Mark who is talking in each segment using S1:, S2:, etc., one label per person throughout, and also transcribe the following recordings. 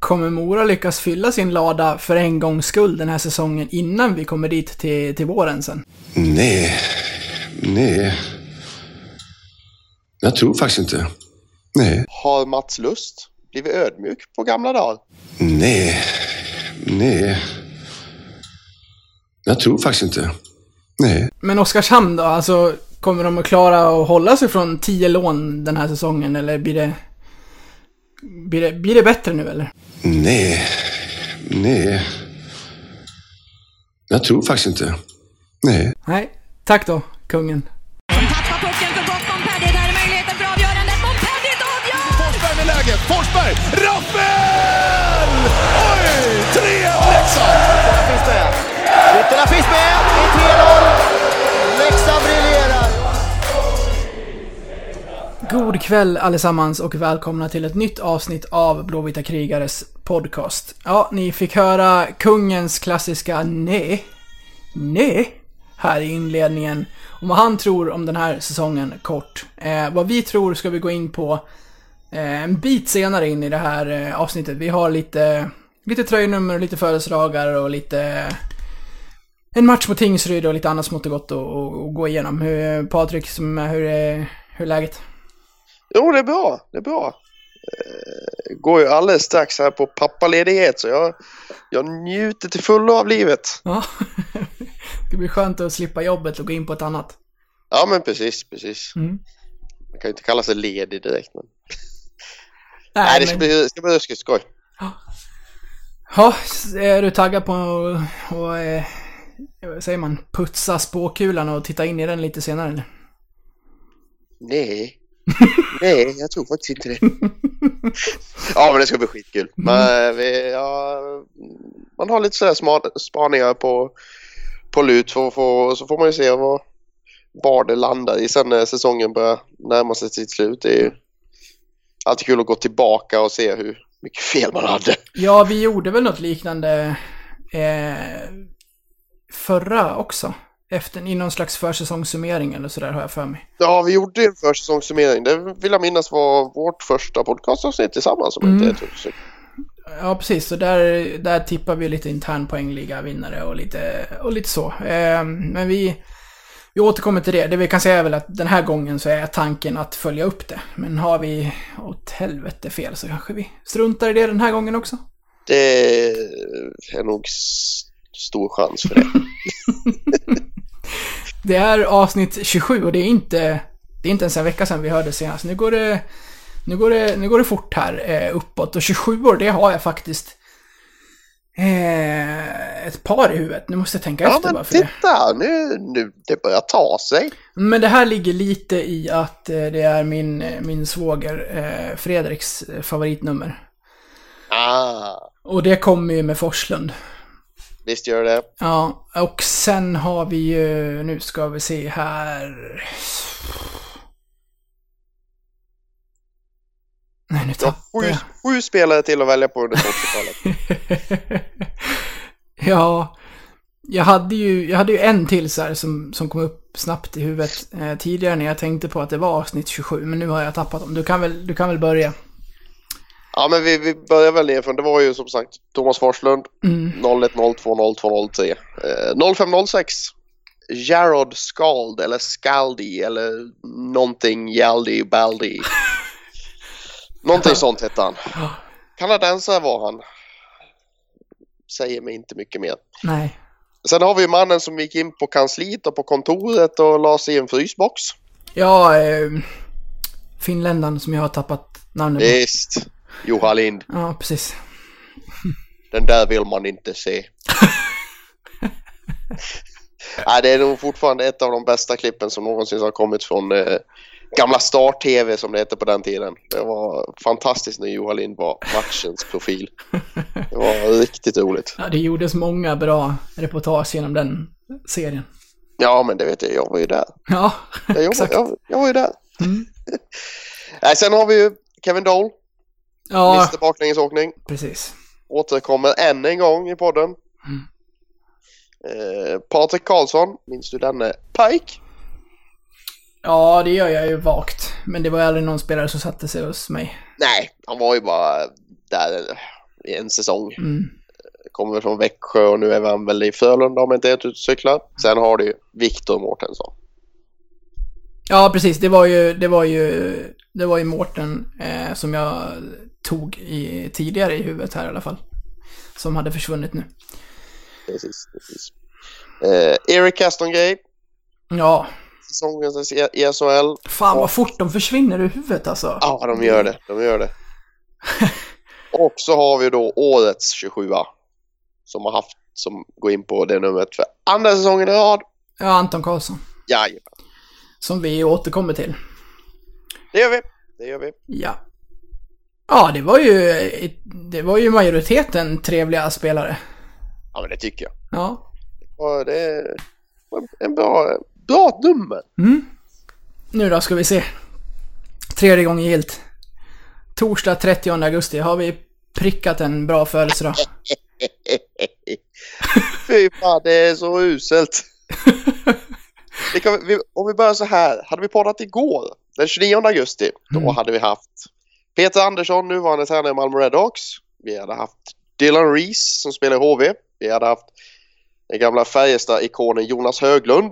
S1: kommer Mora lyckas fylla sin lada för en gångs skull den här säsongen innan vi kommer dit till våren sen?
S2: Nej. Jag tror faktiskt inte. Nej.
S3: Har Mats Lust blivit ödmjuk på gamla dagar?
S2: Nej. Jag tror faktiskt inte. Nej.
S1: Men Oskarshamn då? Alltså, kommer de att klara att hålla sig från 10 lån den här säsongen? Eller blir det bättre nu eller?
S2: Nej. Jag tror faktiskt inte.
S1: Nej. Tack då, kungen.
S4: Som tappar pucken för gott. Montpellier, där är möjligheten för avgörandet. Montpellier avgör!
S5: Forsberg med läget. Forsberg! Rappel! Oj! 3-1 Leksand!
S6: Ytterna finns med. Det är 3-0. Leksand briljerar.
S1: God kväll allesammans och välkomna till ett nytt avsnitt av Blåvita krigares podcast. Ja, ni fick höra kungens klassiska nej här i inledningen om vad han tror om den här säsongen kort. Vad vi tror ska vi gå in på en bit senare in i det här avsnittet. Vi har lite tröjnummer och lite födelsedagar och lite en match mot Tingsryd och lite annat smått och gott att gå igenom. Patrik, hur är läget?
S3: Jo, det är bra. Går ju alldeles strax här på pappaledighet så jag njuter till fullo av livet.
S1: Ja, det blir skönt att slippa jobbet och gå in på ett annat.
S3: Ja, men precis.
S1: Mm.
S3: Man kan ju inte kalla sig ledig direkt. Men...
S1: Nej,
S3: det ska bli ruskigt skoj.
S1: Ja, är du taggad på vad säger man, putsa spåkulan och titta in i den lite senare eller?
S3: Nej, jag tror faktiskt inte det. Ja, men det ska bli skitkul. Man har lite sådär spaningar på lut så får man ju se var det landar i sen när säsongen börjar närma sig sitt slut. Det är ju alltid kul att gå tillbaka och se hur mycket fel man hade.
S1: Ja, vi gjorde väl något liknande förra också. I någon slags försäsongssummering eller sådär har jag för mig.
S3: Ja, vi gjorde en försäsongssummering. Det vill jag minnas var vårt första podcastavsnitt tillsammans som inte är så.
S1: Ja, precis. Så där tippar vi lite internpoängliga vinnare och lite så. Men vi återkommer till det. Det vi kan säga är väl att den här gången så är tanken att följa upp det. Men har vi åt helvete fel så kanske vi struntar i det den här gången också.
S3: Det är nog stor chans för det.
S1: Det är avsnitt 27 och det är inte ens en vecka sedan vi hörde senast. Nu går det fort här uppåt och 27 år, det har jag faktiskt ett par i huvudet. Nu måste jag tänka efter bara för det.
S3: Ja, men titta, nu det börjar ta sig.
S1: Men det här ligger lite i att det är min svåger Fredriks favoritnummer. Och det kommer ju med Forslund.
S3: Visst gör det.
S1: Ja, och sen har vi ju, nu ska vi se här. Nej, nu tappar jag.
S3: 7 spelare till att välja på under 80-talet.
S1: Ja, jag hade ju en till så här som kom upp snabbt i huvudet tidigare när jag tänkte på att det var avsnitt 27, men nu har jag tappat dem. Du kan väl börja.
S3: Ja, men vi börjar väl nerifrån. Det var ju som sagt Thomas Forslund 01020203 0506 Jarrod Skald eller Skaldi eller någonting Jaldi Baldi. Någonting sånt hette han. Kanadensare var han. Säger mig inte mycket mer.
S1: Nej.
S3: Sen har vi mannen som gick in på kansliet och på kontoret och la sig i en frysbox.
S1: Ja, finländaren som jag har tappat namnet på.
S3: Visst. Johan Lind.
S1: Ja, precis.
S3: Den där vill man inte se. Nej, det är nog fortfarande ett av de bästa klippen som någonsin har kommit från gamla Star-TV som det hette på den tiden. Det var fantastiskt när Johan Lind var matchens profil. Det var riktigt roligt. Ja,
S1: det gjordes många bra reportage genom den serien.
S3: Ja, men det vet jag var ju där.
S1: Ja, exakt.
S3: Jag var ju där. Nej, sen har vi ju Kevin Dole.
S1: Ja,
S3: Mr. Baklängesåkning.
S1: Precis.
S3: Återkommer än en gång i podden. Patrik Karlsson, minns du denne Pike?
S1: Ja, det gör jag ju vagt. Men det var aldrig någon spelare som satte sig hos mig.
S3: Nej, han var ju bara där. i en säsong. Kommer från Växjö och nu är han väl i Frölunda om inte är ute och cyklar. Sen har du Viktor Mårtensson.
S1: Ja, precis. Det var ju Mårten som jag tog tidigare i huvudet här i alla fall. Som hade försvunnit nu.
S3: Precis. Eric Castongay.
S1: Ja.
S3: Säsongens i SHL.
S1: Fan vad fort de försvinner ur huvudet alltså.
S3: Ja, de gör det. Och så har vi då årets 27a som går in på det numret för andra säsongen i rad.
S1: Ja, Anton Karlsson.
S3: Jajamän.
S1: Som vi återkommer till.
S3: Det gör vi.
S1: Ja. Ja, det var ju majoriteten trevliga spelare.
S3: Ja, men det tycker jag.
S1: Ja.
S3: Och det är en bra nummer.
S1: Nu då ska vi se. 3:e gången gillt. Torsdag 30 augusti har vi prickat en bra födelsedag.
S3: Fy fan, det är så uselt. Om vi börjar så här. Hade vi poddat igår, den 29 augusti, då hade vi haft Peter Andersson, nuvarande tränare i Malmö Redhawks. Vi hade haft Dylan Reese som spelar i HV. Vi hade haft den gamla Färjestad-ikonen Jonas Höglund.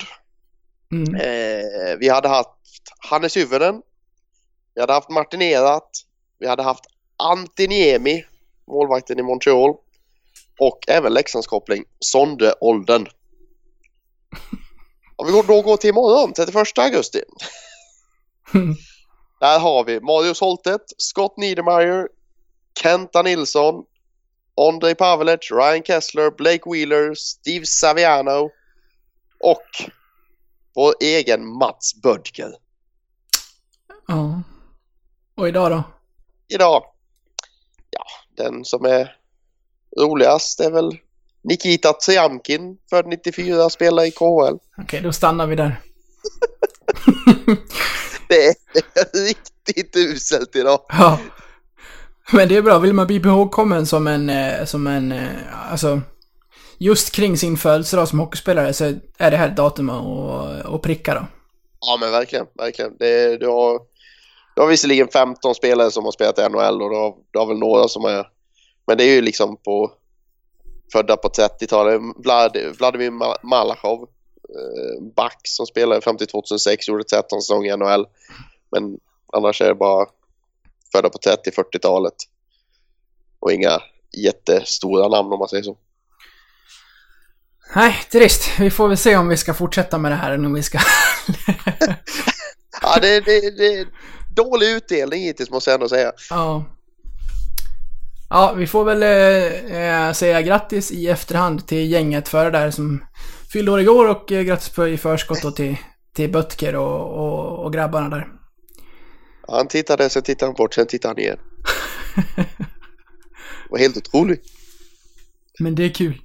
S3: Vi hade haft Hannes Hyvönen. Vi hade haft Martin Erat. Vi hade haft Antti Niemi, målvakten i Montreal. Och även Leksandskoppling Sonde Olden. Om vi då går till imorgon, 31 augusti. Där har vi Marius Holtet, Scott Niedermayer, Kenta Nilsson, Andrei Pavelec, Ryan Kessler, Blake Wheeler, Steve Saviano och vår egen Mats Bödker.
S1: Ja. Och idag då?
S3: Idag? Ja, den som är roligast är väl Nikita Triamkin, född 94, spelar i KHL.
S1: Okej, då stannar vi där.
S3: Det är riktigt uselt idag.
S1: Ja. Men det är bra, vill man bli ihågkommen som en alltså just kring sin födelsedag som hockeyspelare så är det här ett datum att pricka då.
S3: Ja, men verkligen. Du har visserligen 15 spelare som har spelat i NHL och du har väl några som är, men det är ju liksom födda på 30-talet. Vladimir Malachov, back som spelade fram till 2006, gjorde 13 säsonger i NHL. Men annars är det bara födda på 30-40-talet. Och inga jättestora namn om man säger så.
S1: Nej, trist. Vi får väl se om vi ska fortsätta med det här eller om vi ska...
S3: Ja, det är dålig utdelning hittills måste jag ändå säga.
S1: Ja, vi får väl säga grattis i efterhand till gänget för det där som fyllde år igår och grattis i förskott då till Böttger och grabbarna där.
S3: Ja, han tittade, sen tittade han bort, sen tittade han igen. Det var helt otroligt.
S1: Men det är kul.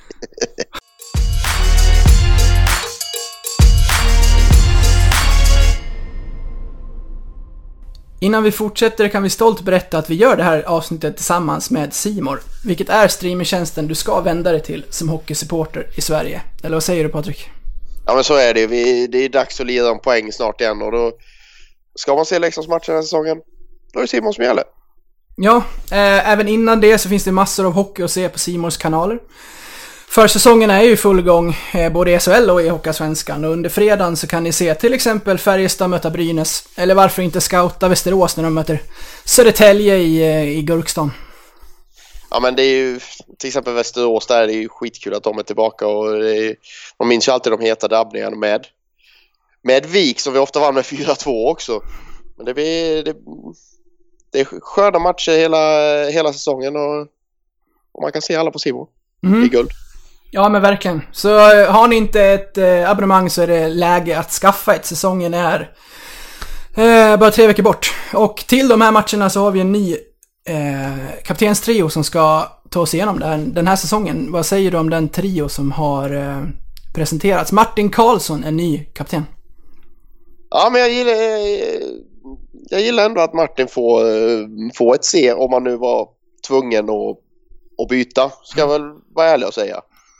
S1: Innan vi fortsätter kan vi stolt berätta att vi gör det här avsnittet tillsammans med C More, vilket är streamingtjänsten du ska vända dig till som hockeysupporter i Sverige. Eller vad säger du, Patrik?
S3: Ja, men så är det. Det är dags att lira en poäng snart igen och då ska man se Leksandsmatchen den här säsongen. Då är det C More som gäller. Ja,
S1: även innan det så finns det massor av hockey att se på C Mores kanaler. Försäsongen är ju i full gång både i SHL och i Hockeyallsvenskan och under fredagen så kan ni se till exempel Färjestad möta Brynäs eller varför inte scouta Västerås när de möter Södertälje i Gurkstan.
S3: Ja, men det är ju till exempel Västerås där, det är ju skitkul att de är tillbaka och man minns ju alltid de heta drabbningarna med Vik som vi ofta vann med 4-2 också. Men det är sköna matcher hela säsongen och man kan se alla på Simon. Det är guld.
S1: Ja, men verkligen. Så har ni inte ett abonnemang så är det läge att skaffa ett. Säsongen är bara 3 veckor bort. Och till de här matcherna så har vi en ny kaptenstrio som ska ta oss igenom den här säsongen. Vad säger du om den trio som har presenterats? Martin Karlsson är ny kapten.
S3: Ja, men jag gillar ändå att Martin får ett C om man nu var tvungen att byta. Ska jag väl vara ärlig och säga.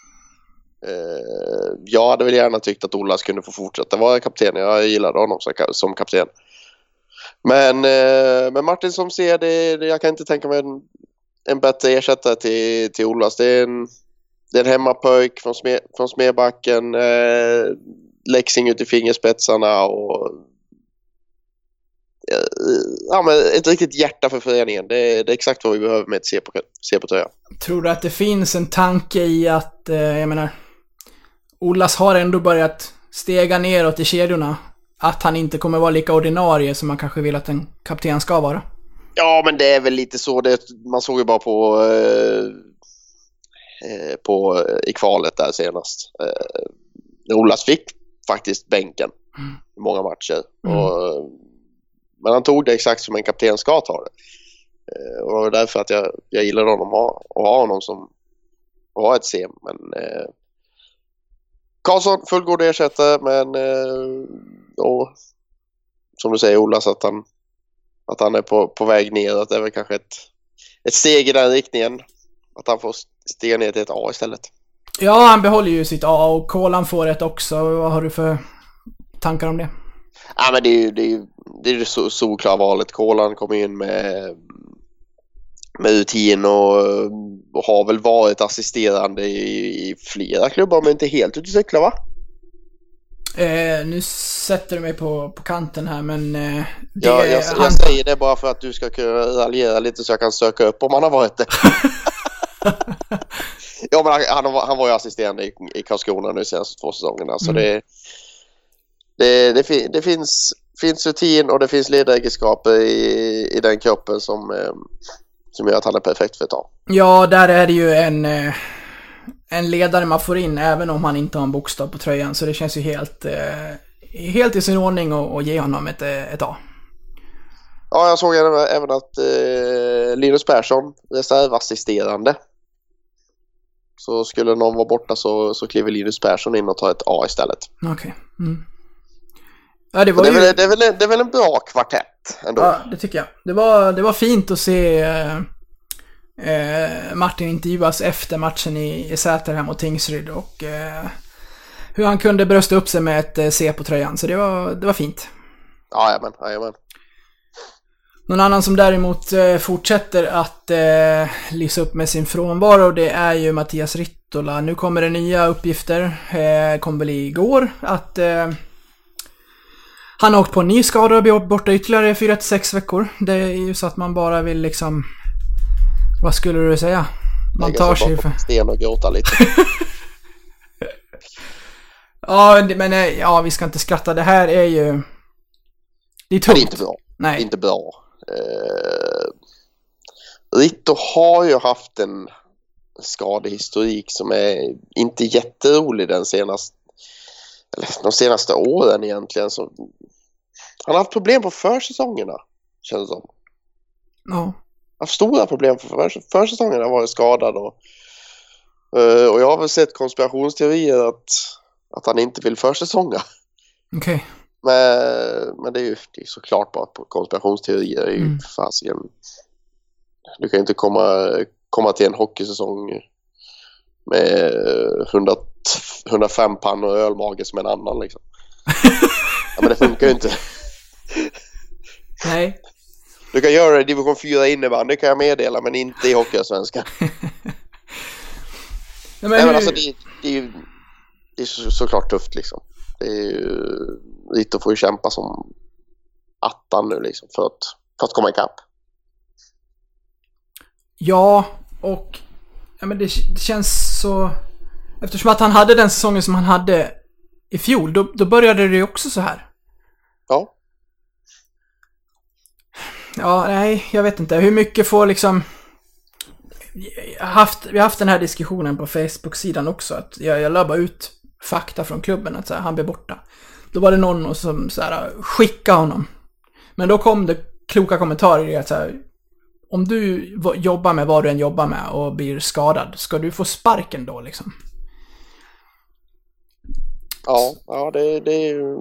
S3: Jag hade väl gärna tyckt att Olas kunde få fortsätta vara kapten. Jag gillade honom som kapten. Men Martin som ser det, jag kan inte tänka mig en bättre ersättare till Olas. Det är en hemmapöjk från Smedbacken, Leksing ut i fingerspetsarna och men ett riktigt hjärta för föreningen. Det är exakt vad vi behöver med ett C-på-tröja.
S1: Tror du att det finns en tanke i att, jag menar, Olas har ändå börjat stega neråt i kedjorna, att han inte kommer vara lika ordinarie som man kanske vill att en kapten ska vara?
S3: Ja, men det är väl lite så. Man såg ju bara på i kvalet där senast. Olas fick faktiskt bänken i många matcher. Men han tog det exakt som en kapten ska ta det. Och det var därför att jag gillar honom och ha honom som och ha ett C. Men Karlsson, fullgod ersättare, men och, som du säger, Olas, att han är på väg ner. Att det är väl kanske ett steg i den riktningen. Att han får stiga ner till ett A istället.
S1: Ja, han behåller ju sitt A och Kolan får ett också. Vad har du för tankar om det?
S3: Ja, men det är det solklara valet. Kolan kommer in med rutin och har väl varit assisterande i flera klubbar, men inte helt ute i cykla, va?
S1: Nu sätter du mig på kanten här, men
S3: jag säger det bara för att du ska kunna raljera lite så jag kan söka upp om han har varit det. Ja, men han var ju assisterande i Karlskrona nu senaste 2 säsongerna, så det finns rutin och det finns ledaregenskaper i den kroppen som gör att han är perfekt för ett tag. Ja,
S1: där är det ju en ledare man får in även om han inte har en bokstav på tröjan, så det känns ju helt i sin ordning att ge honom ett A.
S3: Ja, jag såg även att Linus Persson reservassisterande. Så skulle någon vara borta så kliver Linus Persson in och tar ett A istället.
S1: Okej. Ja, det
S3: är väl en bra kvartett ändå.
S1: Ja, det tycker jag. Det var fint att se Martin intervjuas efter matchen i Säter här mot Tingsryd och hur han kunde brösta upp sig med ett C på tröjan. Så det var fint.
S3: Jajamän.
S1: Någon annan som däremot fortsätter att lysa upp med sin frånvaro, det är ju Mattias Rittola. Nu kommer det nya uppgifter. Kom väl igår att han har åkt på en ny skada och blir borta ytterligare 4-6 veckor. Det är ju så att man bara vill liksom... Vad skulle du säga? Man tar sig för...
S3: sten och gråta lite.
S1: Ja, men ja, vi ska inte skratta. Det här är ju... Det är tungt.
S3: Det är inte bra.
S1: Nej.
S3: Det är inte bra. Ritto har ju haft en skadehistorik som är inte jätterolig de senaste åren egentligen. Så han har haft problem på försäsongerna, känns det som.
S1: Ja.
S3: Han har haft stora problem på försäsongerna. Han var skadad och jag har väl sett konspirationsteorier att han inte vill försäsonga.
S1: Okej.
S3: Okay. Men det är såklart bara på konspirationsteorier. Det är ju fasiken. Du kan ju inte komma till en hockeysäsong med 105 pannor och ölmage som en annan liksom. Ja, men det funkar ju inte.
S1: Nej.
S3: Du kan göra det i division 4 innebandy, det kan jag meddela, men inte i hockeyallsvenskan. Men alltså det är såklart tufft liksom. Det är ju lite att få kämpa som attan nu liksom för att komma ikapp.
S1: Ja, och ja, men det känns så, eftersom att han hade den säsongen som han hade i fjol, då började det ju också så här.
S3: Ja.
S1: Ja, nej, jag vet inte. Hur mycket får liksom... Vi har haft den här diskussionen på Facebook-sidan också. Att jag la bara ut fakta från klubben att så här, han blir borta. Då var det någon som så här, skickade honom. Men då kom det kloka kommentarer i att så här, om du jobbar med vad du än jobbar med och blir skadad, ska du få sparken då liksom?
S3: Ja, det är ju...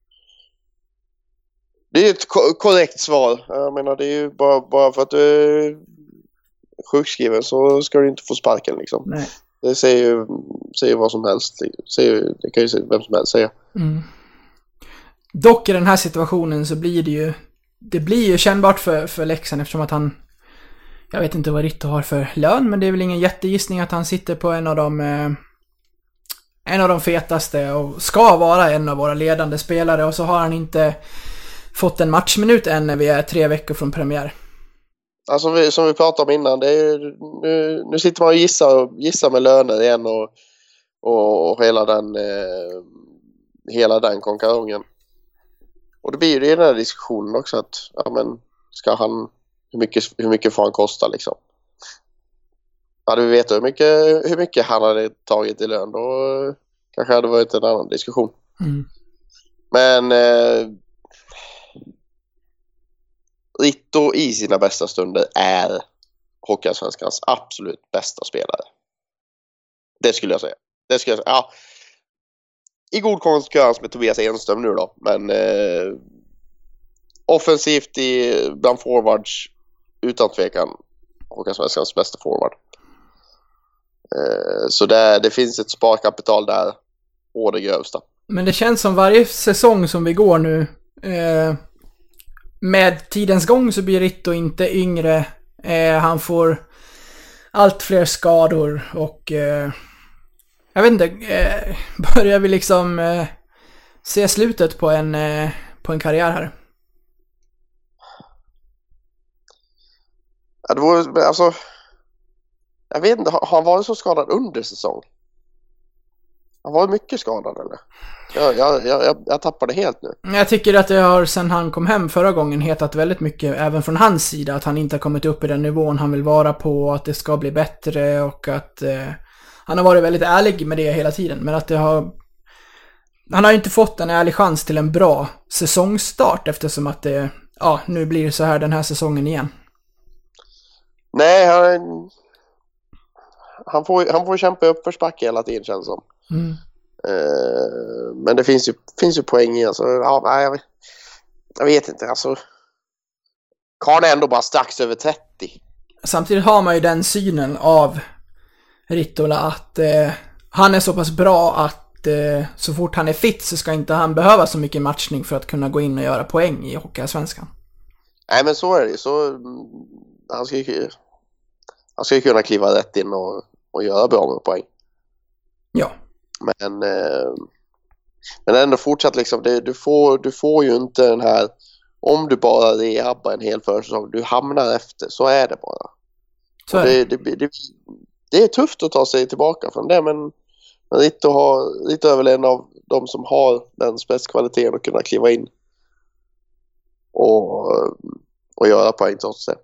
S3: Det är ett korrekt svar. Jag menar, det är ju bara för att du är sjukskriven så ska du inte få sparken liksom.
S1: Nej.
S3: Det säger vad som helst. Det kan ju vem som helst säga.
S1: Mm. Dock i den här situationen så blir det blir ju kännbart för Leksand eftersom att han Jag vet inte vad Ritto har för lön, men det är väl ingen jättegissning att han sitter på en av de fetaste och ska vara en av våra ledande spelare, och så har han inte fått en matchminut än när vi är 3 veckor från premiär.
S3: Alltså som vi pratade om innan, det är nu sitter man och gissar med löner igen och hela den konkurrensen. Och det blir ju i den här diskussionen också att ja, men ska han hur mycket får han kosta liksom? Hade vi vetat hur mycket han hade tagit i lön, då kanske hade varit en annan diskussion. Men Ritto i sina bästa stunder är Hockeyallsvenskans absolut bästa spelare. Det skulle jag säga. Ja. I god konkurrens med Tobias Enström nu då. Men offensivt bland forwards utan tvekan Hockeyallsvenskans bästa forward. Så det finns ett sparkapital där och det grövsta.
S1: Men det känns som varje säsong som vi går nu, med tidens gång så blir Ritto inte yngre. Han får allt fler skador och jag vet inte, börjar vi liksom se slutet på en karriär här?
S3: Ja, det vore, alltså, jag vet inte, har han varit så skadad under säsong? Han var mycket skadad eller? Jag tappade helt nu.
S1: Jag tycker att det har sen han kom hem förra gången hetat väldigt mycket även från hans sida att han inte har kommit upp i den nivån han vill vara på, att det ska bli bättre och att han har varit väldigt ärlig med det hela tiden, men att han har inte fått en ärlig chans till en bra säsongstart eftersom att nu blir det så här den här säsongen igen.
S3: Nej, han får kämpa upp för spacke hela tiden känns som. Men det finns ju poäng i alltså, jag vet inte alltså. Karl är ändå bara strax över 30.
S1: Samtidigt har man ju den synen av Rittola att han är så pass bra att så fort han är fit så ska inte han behöva så mycket matchning för att kunna gå in och göra poäng i Hockeyallsvenskan. Nej,
S3: men så är det ju. Så han ska ju kunna kliva rätt in och göra bra med poäng.
S1: Ja.
S3: Men ändå fortsatt liksom, du får ju inte den här, om du bara rehabbar en hel försäsong, du hamnar efter, så är det bara. Så är det är tufft att ta sig tillbaka från det, men Ritto är väl en av de som har den spetskvaliteten att kunna kliva in och göra poäng trots det.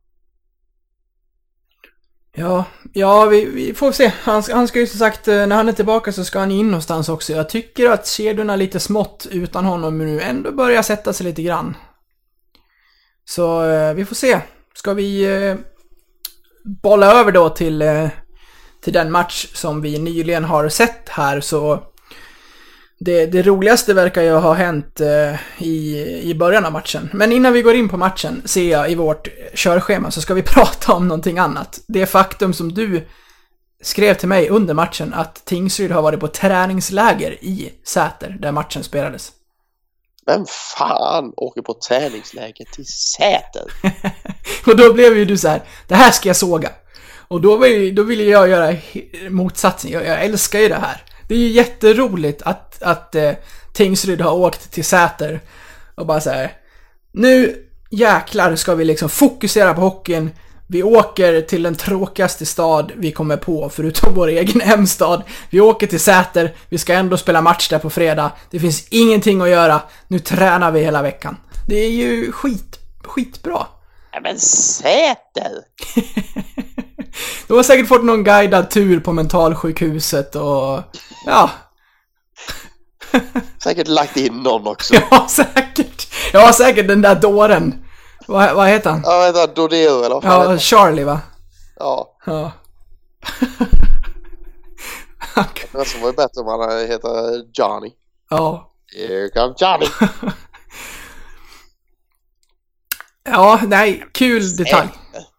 S3: Ja, vi får se. Han ska ju som sagt, när han är tillbaka så ska han in någonstans också. Jag tycker att kedjorna lite smått utan honom nu ändå börjar sätta sig lite grann. Så vi får se. Ska vi bolla över då till den match som vi nyligen har sett här, så det roligaste verkar ju ha hänt i början av matchen. Men innan vi går in på matchen ser jag i vårt körschema så ska vi prata om någonting annat. Det faktum som du skrev till mig under matchen att Tingsryd har varit på träningsläger i Säter där matchen spelades. Vem fan åker på träningsläger till Säter?
S1: Och då blev ju du så här, det här ska jag såga. Och då ville jag göra motsatsen. Jag älskar ju det här. Det är ju jätteroligt att Tingsryd har åkt till Säter och bara så här, nu jäklar ska vi liksom fokusera på hockeyn. Vi åker till den tråkigaste stad vi kommer på förutom vår egen hemstad. Vi åker till Säter, vi ska ändå spela match där på fredag. Det finns ingenting att göra. Nu tränar vi hela veckan. Det är ju skitbra.
S3: Ja, men Säter!
S1: De har säkert fått någon guidad tur på mentalsjukhuset och ja.
S3: Säkert lagt in någon också.
S1: Ja, säkert den där dåren. Vad heter han?
S3: Ja, heter Dodeo eller vad fan
S1: heter han? Charlie va?
S3: Ja. Det som var ju bättre om han heter Johnny.
S1: Ja.
S3: Here comes Johnny.
S1: Ja, nej, kul detalj.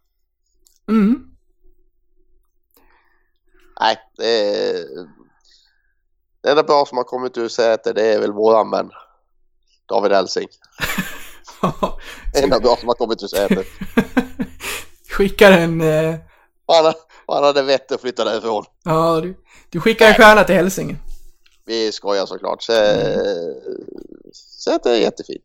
S3: Nej, det enda bra som har kommit ur Säter, det är väl våran vän David Elsing. Det enda bra som har kommit ur Säter.
S1: skickar en...
S3: Han hade vett att flytta därifrån.
S1: Ja, du skickar en stjärna till Hälsingen.
S3: Vi skojar såklart. Så att det är jättefint.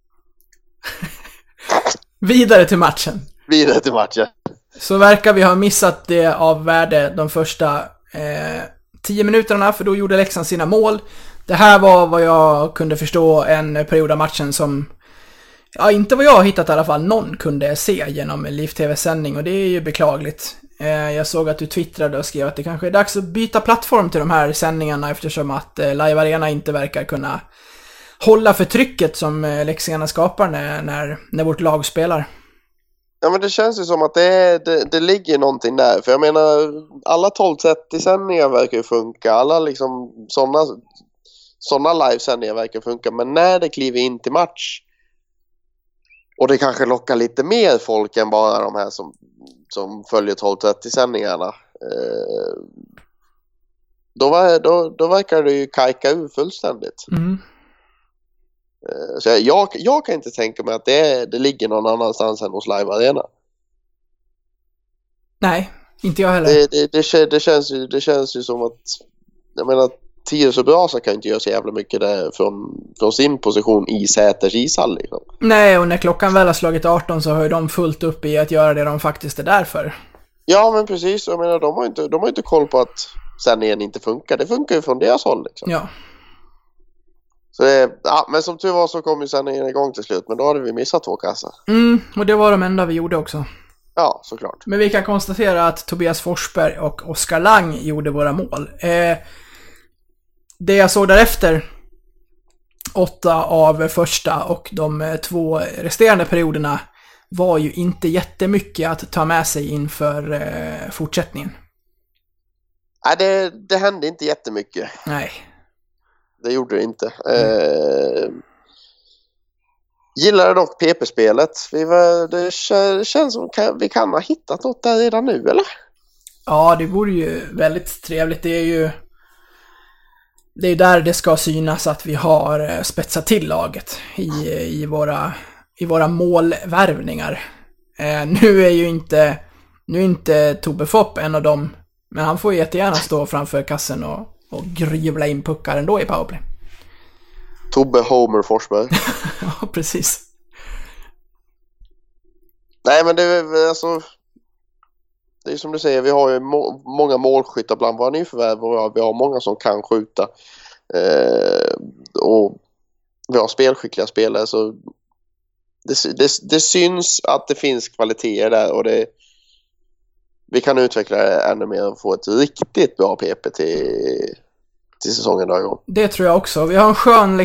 S1: Vidare till matchen. Så verkar vi ha missat det av värde de första 10 minuterna, för då gjorde Leksand sina mål. Det här var vad jag kunde förstå en period av matchen som, ja, inte vad jag har hittat i alla fall, någon kunde se genom Live-TV-sändning, och det är ju beklagligt. Jag såg att du twittrade och skrev att det kanske är dags att byta plattform till de här sändningarna, eftersom att Live Arena inte verkar kunna hålla för trycket som Leksingarna skapar när vårt lag spelar.
S3: Ja, men det känns ju som att det ligger någonting där. För jag menar, alla 12:30-sändningar verkar ju funka. Alla liksom sådana live-sändningar verkar funka. Men när det kliver in till match och det kanske lockar lite mer folk än bara de här som följer 12:30-sändningarna, då verkar det ju kajka ur fullständigt.
S1: Mm.
S3: Så jag kan inte tänka mig att det ligger någon annanstans än hos Live Arena.
S1: Nej, inte jag heller.
S3: Det känns ju som att, jag menar, Tiers och Brasa kan inte göra så jävla mycket där från sin position i Säters ishall liksom.
S1: Nej, och när klockan väl har slagit 18 så har ju de fullt upp i att göra det de faktiskt är där för.
S3: Ja, men precis. Jag menar, de har inte koll på att sändningen inte funkar. Det funkar ju från deras håll liksom.
S1: Ja.
S3: Så men som tur var så kom ju sändningen igång till slut. Men då hade vi missat 2 kassar.
S1: Och det var de enda vi gjorde också.
S3: Ja, såklart.
S1: Men vi kan konstatera att Tobias Forsberg och Oskar Lang gjorde våra mål. Det jag såg därefter, 8 av första och de 2 resterande perioderna, var ju inte jättemycket att ta med sig inför fortsättningen.
S3: Nej, det hände inte jättemycket.
S1: Nej.
S3: Det gjorde det inte. Gillade dock PP-spelet. Det känns som vi kan ha hittat något där redan nu, eller? Ja,
S1: det vore ju väldigt trevligt. Det är ju där det ska synas att vi har spetsat till laget i våra målvärvningar. Nu är inte Tobbe Fopp en av dem, men han får ju jättegärna stå framför kassen och gryvla in puckar ändå i powerplay.
S3: Tobbe Homer Forsberg.
S1: Ja, precis.
S3: Nej, men det är alltså, det är som du säger, vi har ju många målskyttar bland våra nyförvärv och vi har många som kan skjuta. Och vi har spelskickliga spelare, så det syns att det finns kvaliteter där, och vi kan utveckla det ännu mer och få ett riktigt bra PP till säsongen då. Det tror jag också. Vi har en skön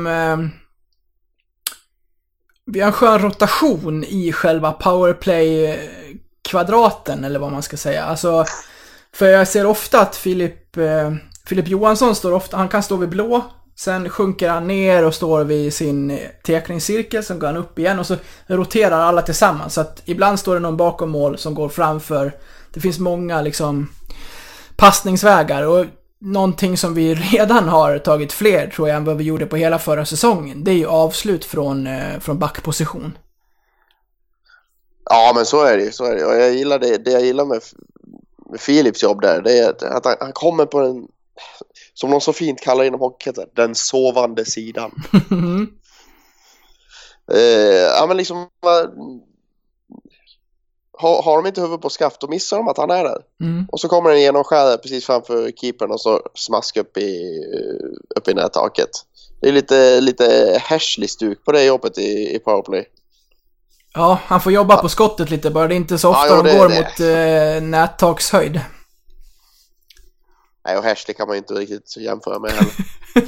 S3: vi har en skön rotation i själva powerplay-kvadraten, eller vad man ska säga. Alltså, för jag ser ofta att Filip Johansson han kan stå vid blå, sen sjunker han ner och står vid sin tekningscirkel, sen går han upp igen och så roterar alla tillsammans. Så att ibland står det någon bakom mål som går framför. Det finns många passningsvägar, och någonting som vi redan har tagit fler, tror jag, än vad vi gjorde på hela förra säsongen. Det är ju avslut från backposition. Ja, men så är det. Och jag gillar det jag gillar med Philips jobb där, det är att han kommer på den, som någon så fint kallar inom hockey, den sovande sidan. Ja, men har de inte huvud på skaft, då missar de att han är där. Och så kommer den igenom skäret precis framför keepern och så smaskar upp i nättaket. Det är lite Hersley-stuk på det jobbet i powerplay. Ja, han får jobba på skottet lite bara. Det är inte så ofta de går mot nättakshöjd. Nej, och Hersley kan man inte riktigt jämföra med heller.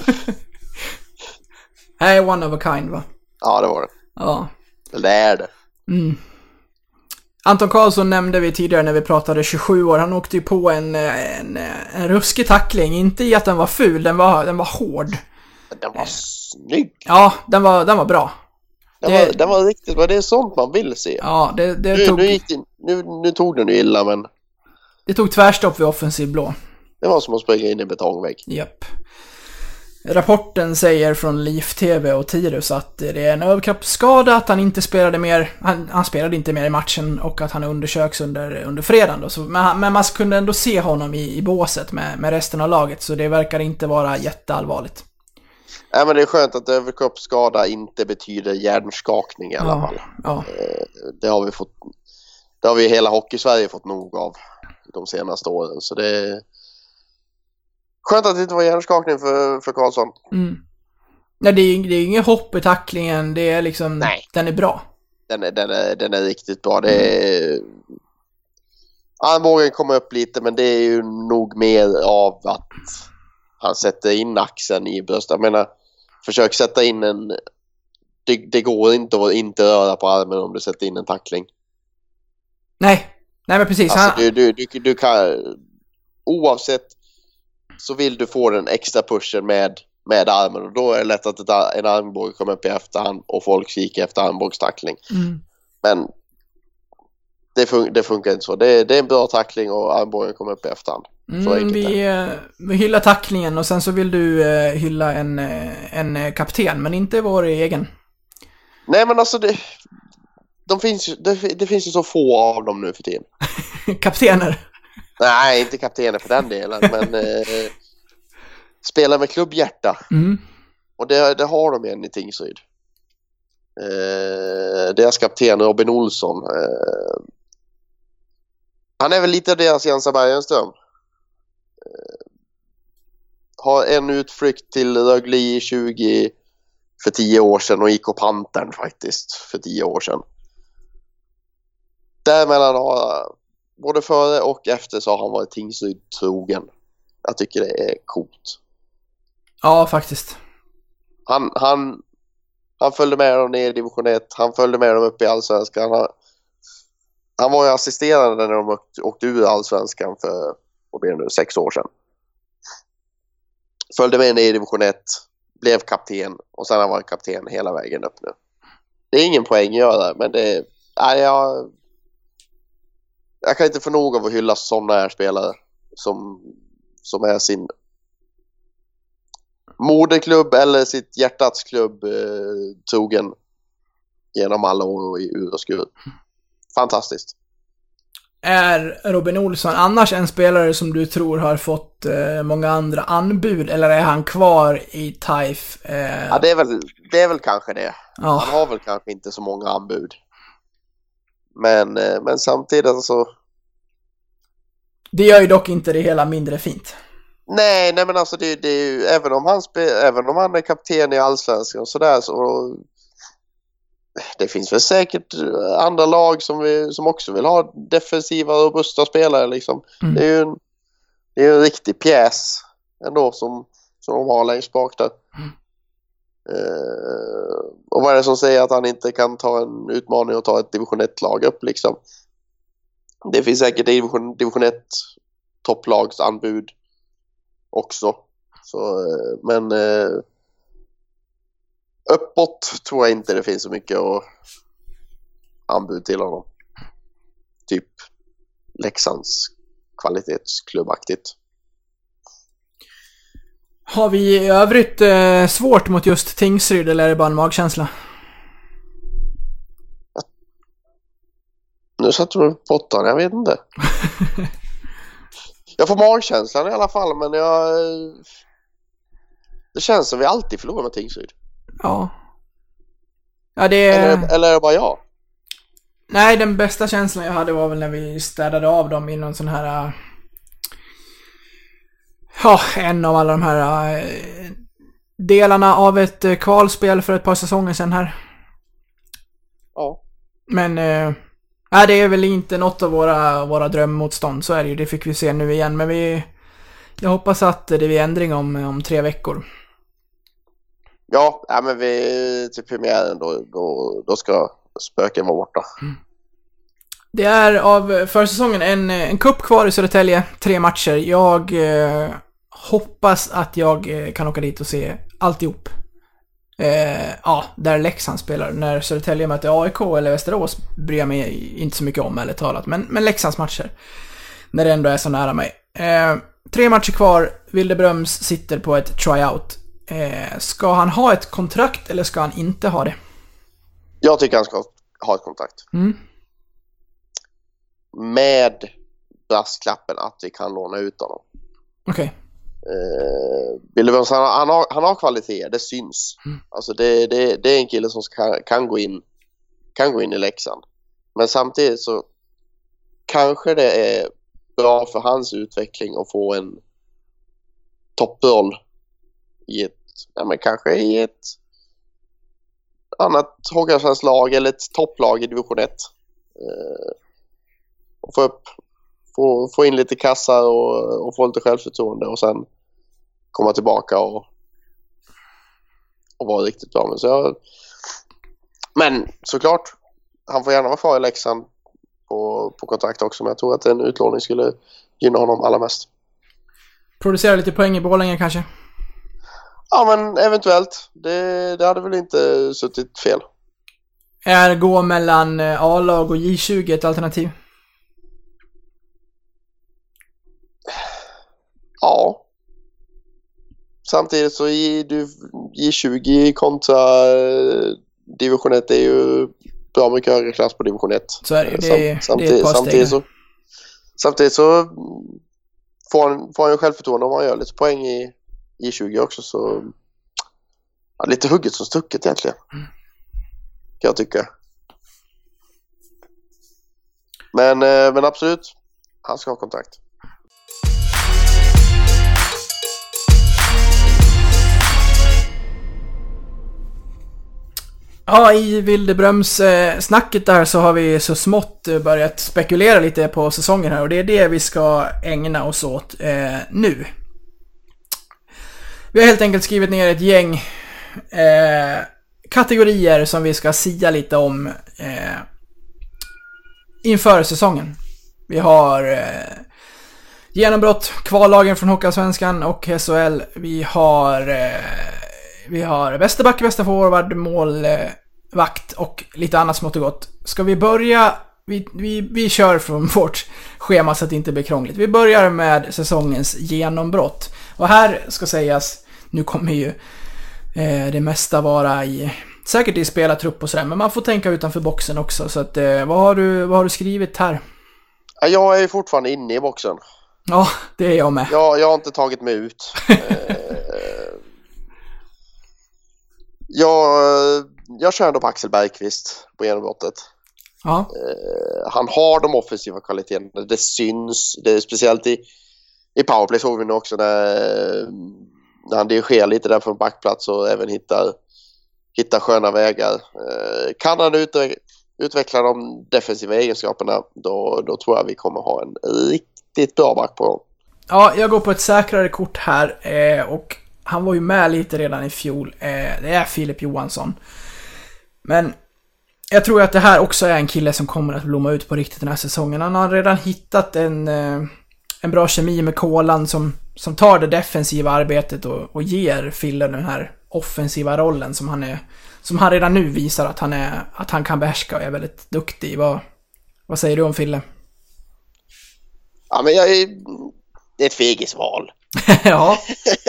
S3: Nej, one of a kind, va? Ja, det var det. Ja. Det är det. Anton Karlsson nämnde vi tidigare när vi pratade 27 år. Han åkte ju på en ruskig tackling. Inte i att den var ful, den var hård. Den var snygg. Ja, den var bra. Den var riktigt, det är sånt man vill se. Ja, nu tog den ju illa, men det tog tvärstopp vid offensiv blå. Det var som att springa in i en betongvägg. Japp.
S1: Rapporten säger från Leaf TV och Tirus att det är en överkroppsskada, att han inte spelade mer, han spelade inte mer i matchen och att han undersöks under fredagen då. Så, men man kunde ändå se honom i båset med resten av laget, så det verkar inte vara jätteallvarligt.
S3: Nej, men det är skönt att överkroppsskada inte betyder hjärnskakning i alla fall.
S1: Ja.
S3: Det har vi hela Hockey-Sverige fått nog av de senaste åren, så det är skönt att det inte var hjärnskakning för Karlsson.
S1: Mm. Ja, det är ingen hopp i tacklingen, det är liksom, nej. Den är bra. Den
S3: är riktigt bra. Det är armbågen kommer upp lite, men det är ju nog mer av att han sätter in axeln i bröstet. Jag menar, försök sätta in det går inte att inte röra på armen om du sätter in en tackling. Nej men precis.
S1: Alltså,
S3: du kan, oavsett, så vill du få den extra pushen med armen, och då är det lätt att en armbåge kommer upp i efterhand och folk kikar efter armbågstackling. Men det funkar inte så. Det är en bra tackling och armbågen kommer upp i efterhand.
S1: Vi hyllar tacklingen, och sen så vill du hylla en kapten, men inte vår egen.
S3: Nej, men alltså det finns ju så få av dem nu för tiden.
S1: Kaptener?
S3: Nej, inte kaptener för den delen, men spelar med klubbhjärta. Och det har de igen i Tingsryd. Deras kapten Robin Olsson, han är väl lite av deras Jensa Bergenström. Har en utflykt till Rögle 20 för 10 år sedan och gick på Pantern faktiskt för 10 år sedan. Däremellan har både före och efter så har han varit Tingsryd trogen. Jag tycker det är coolt.
S1: Ja, faktiskt.
S3: Han följde med dem ner i division 1. Han följde med dem upp i Allsvenskan. Han var ju assisterande när de åkte ur Allsvenskan för 6 år sedan. Följde med ner i division 1. Blev kapten. Och sen har han varit kapten hela vägen upp nu. Det är ingen poäng att göra, men det är... Jag kan inte få nog av att hylla sådana här spelare som är sin moderklubb eller sitt hjärtats klubb trogen genom alla år i ur och skur. Fantastiskt.
S1: Är Robin Olsson annars en spelare som du tror har fått många andra anbud, eller är han kvar i TIFE?
S3: Ja, det är väl kanske det. Ja. Han har väl kanske inte så många anbud. Men samtidigt så...
S1: Det gör ju dock inte det hela mindre fint.
S3: Nej, men alltså det är ju, även om han är kapten i Allsvenskan och sådär, så det finns väl säkert andra lag som också vill ha defensiva och robusta spelare liksom. Det är ju en riktig pjäs ändå som de har längst bak där. Och vad är det som säger att han inte kan ta en utmaning och ta ett division 1-lag upp liksom? Det finns säkert division 1 topplags anbud också. Så, men uppåt tror jag inte det finns så mycket anbud till honom. Typ Leksands kvalitetsklubbaktigt.
S1: Har vi i övrigt svårt mot just Tingsryd, eller är det bara en magkänsla?
S3: Nu satt du på pottan, jag vet inte. Jag får magkänslan i alla fall, men det känns som vi alltid förlorar med Tingsryd.
S1: Ja. Det...
S3: Eller är det bara jag?
S1: Nej, den bästa känslan jag hade var väl när vi städade av dem i någon sån här... en av alla de här delarna av ett kvalspel för ett par säsonger sedan här.
S3: Ja.
S1: Men det är väl inte något av våra drömmotstånd, så är det ju. Det fick vi se nu igen, men jag hoppas att det blir ändring om 3 veckor.
S3: Ja, men vi till premiären då ska spöken vara borta.
S1: Det är av försäsongen en cup kvar i Södertälje, 3 matcher. Jag hoppas att jag kan åka dit och se alltihop. Där Leksand spelar. När Södertälje möter AIK eller Västerås bryr jag mig inte så mycket om, eller talat. Men Leksands matcher, när det ändå är så nära mig. 3 matcher kvar. Wilde Bröms sitter på ett tryout. Ska han ha ett kontrakt eller ska han inte ha det?
S3: Jag tycker han ska ha ett kontrakt. Med brasklappen att vi kan låna ut honom.
S1: Okej.
S3: Billy Burns, han har kvaliteter, det syns. Alltså det är en kille som kan gå in i Leksand. Men samtidigt så kanske det är bra för hans utveckling att få en topproll kanske i ett annat Hockeyallsvenskt lag eller ett topplag i division 1. Och få in lite kassar och få lite självförtroende och sen komma tillbaka och vara riktigt bra. Men såklart, han får gärna vara kvar i Leksand på kontrakt också, men jag tror att en utlåning skulle gynna honom allra mest.
S1: Producera lite poäng i Borlänge kanske?
S3: Ja, men eventuellt. Det hade väl inte suttit fel.
S1: Är gå mellan A-lag och J20 ett alternativ?
S3: Ja. Samtidigt så J20 kontra division 1 är ju bra mycket högre klass på division 1.
S1: Så är det.
S3: Samtidigt så får han ju självförtroende om han gör lite poäng i J20 också, så lite hugget som stucket egentligen. Kan jag tycka. Men absolut, han ska ha kontakt.
S1: Ja, i Wildebröms snacket där så har vi så smått börjat spekulera lite på säsongen här, och det är det vi ska ägna oss åt nu. Vi har helt enkelt skrivit ner ett gäng kategorier som vi ska sia lite om inför säsongen. Vi har genombrott, kvallagen från Hockeyallsvenskan och SHL. Vi har Västerback, Västerforward, målvakt och lite annat smått och gott. Ska vi börja? Vi kör från vårt schema så att det inte blir krångligt. Vi börjar med säsongens genombrott. Och här ska sägas, nu kommer ju det mesta vara säkert i spelartrupp och sådär, men man får tänka utanför boxen också. Så att, vad har du skrivit här?
S3: Jag är fortfarande inne i boxen.
S1: Ja, det är jag med.
S3: Jag har inte tagit mig ut. Jag kör ändå på Axel Bergqvist på genombrottet.
S1: Ja.
S3: Han har de offensiva kvaliteterna. Det syns. Det är speciellt i powerplay såg vi nu också när han dirigerar lite där från backplats och även hittar sköna vägar. Kan han utveckla de defensiva egenskaperna, då tror jag vi kommer ha en riktigt bra back på dem.
S1: Ja, jag går på ett säkrare kort här och han var ju med lite redan i fjol. Det är Filip Johansson. Men jag tror att det här också är en kille som kommer att blomma ut på riktigt den här säsongen. Han har redan hittat en bra kemi med Kolan som tar det defensiva arbetet och ger Fille den här offensiva rollen som han redan nu visar att han kan behärska och är väldigt duktig. Vad säger du om Fille?
S3: Ja, men det är ett fegisval.
S1: Ja.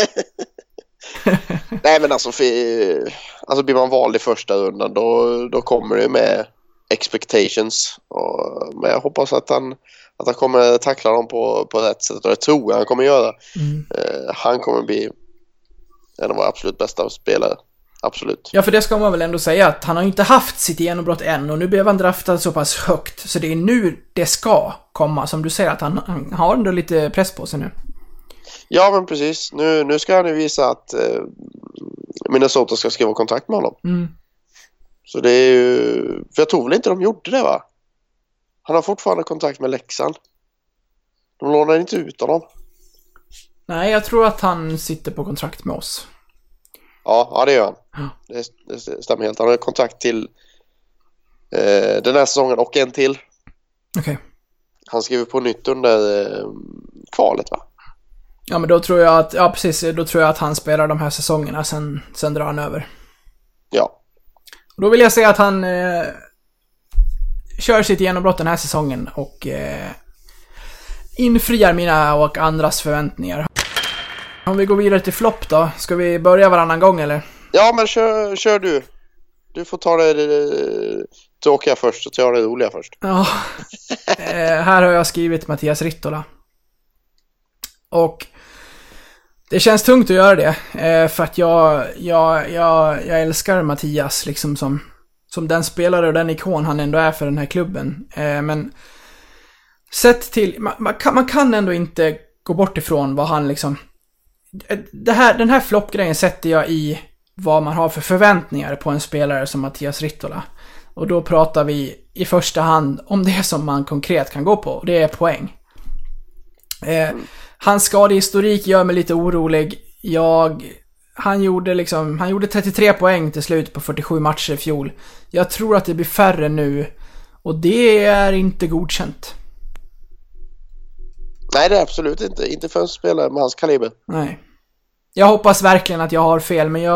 S3: Nej, men alltså blir man vald i första rundan då kommer det med expectations, men jag hoppas att han kommer tackla dem på rätt sätt, och det tror jag han kommer göra. Han kommer bli en av våra absolut bästa spelare. Absolut.
S1: Ja, för det ska man väl ändå säga att han har inte haft sitt genombrott än, och nu blev han draftad så pass högt, så det är nu det ska komma. Som du säger, att han har ändå lite press på sig nu.
S3: Ja, men precis. Nu ska han ju visa att Minnesota ska skriva kontrakt med honom. Så det är ju... För jag tror väl inte de gjorde det, va? Han har fortfarande kontrakt med Leksand. De lånar inte ut honom. Nej,
S1: jag tror att han sitter på kontrakt med oss.
S3: Ja, det gör han. Ja. Det stämmer helt. Han har kontrakt till den här säsongen och en till.
S1: Okej.
S3: Han skriver på nytt under kvalet, va?
S1: Ja, men då tror jag att... Ja, precis. Då tror jag att han spelar de här säsongerna. Sen drar han över.
S3: Ja.
S1: Och då vill jag säga att han kör sitt genombrott den här säsongen och infriar mina och andras förväntningar. Om vi går vidare till flopp då, ska vi börja varannan gång eller?
S3: Ja, men kör du. Du får ta det tråkiga först och ta det roliga först.
S1: Ja, här har jag skrivit Mattias Rittola. Och det känns tungt att göra det, för att jag älskar Mattias liksom som den spelare och den ikon han ändå är för den här klubben. Men sett till, man kan ändå inte gå bort ifrån vad han liksom... Den här floppgrejen sätter jag i vad man har för förväntningar på en spelare som Mattias Rittola. Och då pratar vi i första hand om det som man konkret kan gå på, och det är poäng. Hans skadehistorik gör mig lite orolig. Han gjorde 33 poäng till slut på 47 matcher i fjol. Jag tror att det blir färre nu, och det är inte godkänt.
S3: Nej, det är absolut inte. Inte för en spelare med hans kaliber.
S1: Nej. Jag hoppas verkligen att jag har fel, men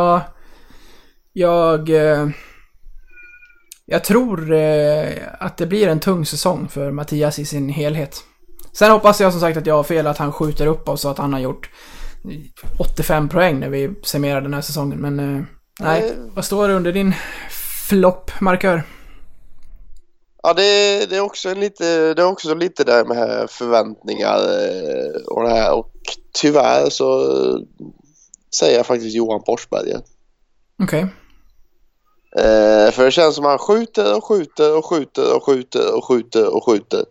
S1: jag tror att det blir en tung säsong för Mattias i sin helhet. Sen hoppas jag som sagt att jag har fel, att han skjuter upp och så att han har gjort 85 poäng när vi summerar den här säsongen. Men nej, vad står det under din floppmarkör?
S3: Ja, det är också lite där med förväntningar och det här. Och tyvärr så säger jag faktiskt Johan Forsberg.
S1: Okej.
S3: För det känns som att han skjuter och skjuter och skjuter och skjuter och skjuter och skjuter.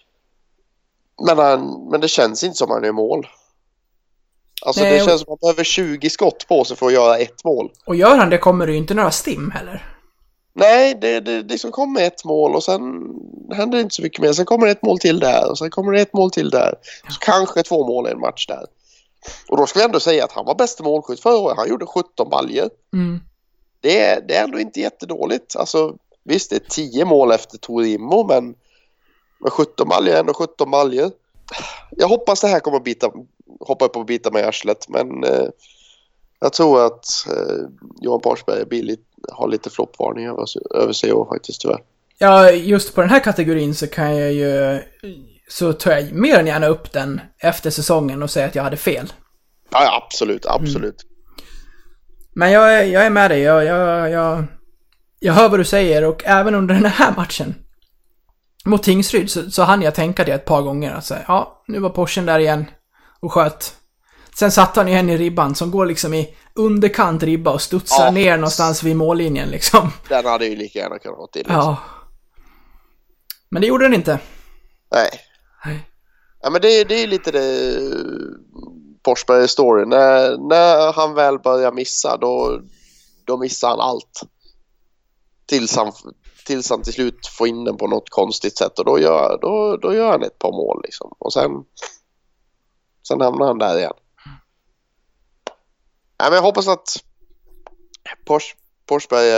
S3: Men det känns inte som att han är mål. Alltså det känns som att han behöver 20 skott på sig för att göra ett mål.
S1: Och gör han det kommer det ju inte några stim heller.
S3: Nej, det liksom kommer ett mål och sen händer det inte så mycket mer. Sen kommer det ett mål till där och sen kommer det ett mål till där. Så kanske 2 mål i en match där. Och då ska vi ändå säga att han var bästa målskytt förra året. Han gjorde 17 baljer.
S1: Mm.
S3: Det är ändå inte jättedåligt. Alltså visst, det är 10 mål efter Torimo, men 17 baljer är ändå 17 baljer. Jag hoppas det här kommer hoppa upp och bita mig i arslet, men jag tror att Johan Forsberg har lite floppvarning över sig år faktiskt, tyvärr. Ja,
S1: just på den här kategorin så kan jag ju, så tar jag mer än gärna upp den efter säsongen och säga att jag hade fel.
S3: Ja, absolut.
S1: Men jag är med dig. Jag hör vad du säger, och även under den här matchen mot Tingsryd så hann jag tänka det ett par gånger. Alltså, ja, nu var Porschen där igen och sköt. Sen satt han igen i ribban som går liksom i underkant ribba och studsar ner någonstans vid mållinjen liksom. Den hade ju lika gärna kunnat vara till. Liksom. Ja. Men det gjorde den inte. Nej. Ja, men det är lite det Forsberg story. När han väl börjar missa, då missar han allt. Tills han till slut får in den på något konstigt sätt, och då gör han ett par mål liksom. Och sen hamnar han där igen. Ja, men jag hoppas att Forsberg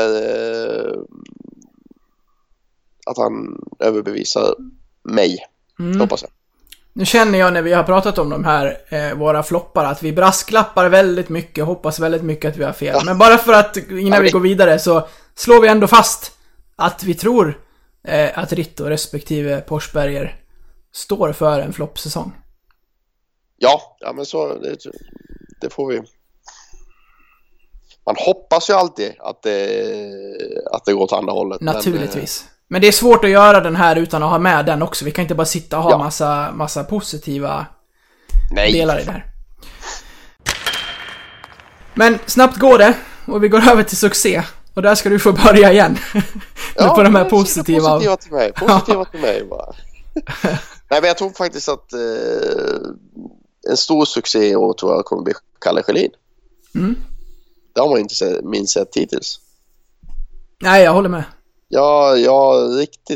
S1: att han överbevisar mig. Hoppas jag. Nu känner jag när vi har pratat om de här våra floppar att vi brasklappar väldigt mycket, hoppas väldigt mycket att vi har fel. Ja. Men bara för att innan vi går vidare så slår vi ändå fast att vi tror att Ritto respektive Forsberger står för en floppsäsong. Ja, men så det får vi. Man hoppas ju alltid att det går åt andra hållet. Naturligtvis. Men det är svårt att göra den här utan att ha med den också. Vi kan inte bara sitta och ha massa positiva delar i det här. Men snabbt går det, och vi går över till succé. Och där ska du få börja igen. På de här positiva till mig. Positiva till mig bara. Nej, men jag tror faktiskt att en stor succé och tror jag kommer bli Kalle Schelin. Det har man inte minst sett hittills. Nej, jag håller med. Jag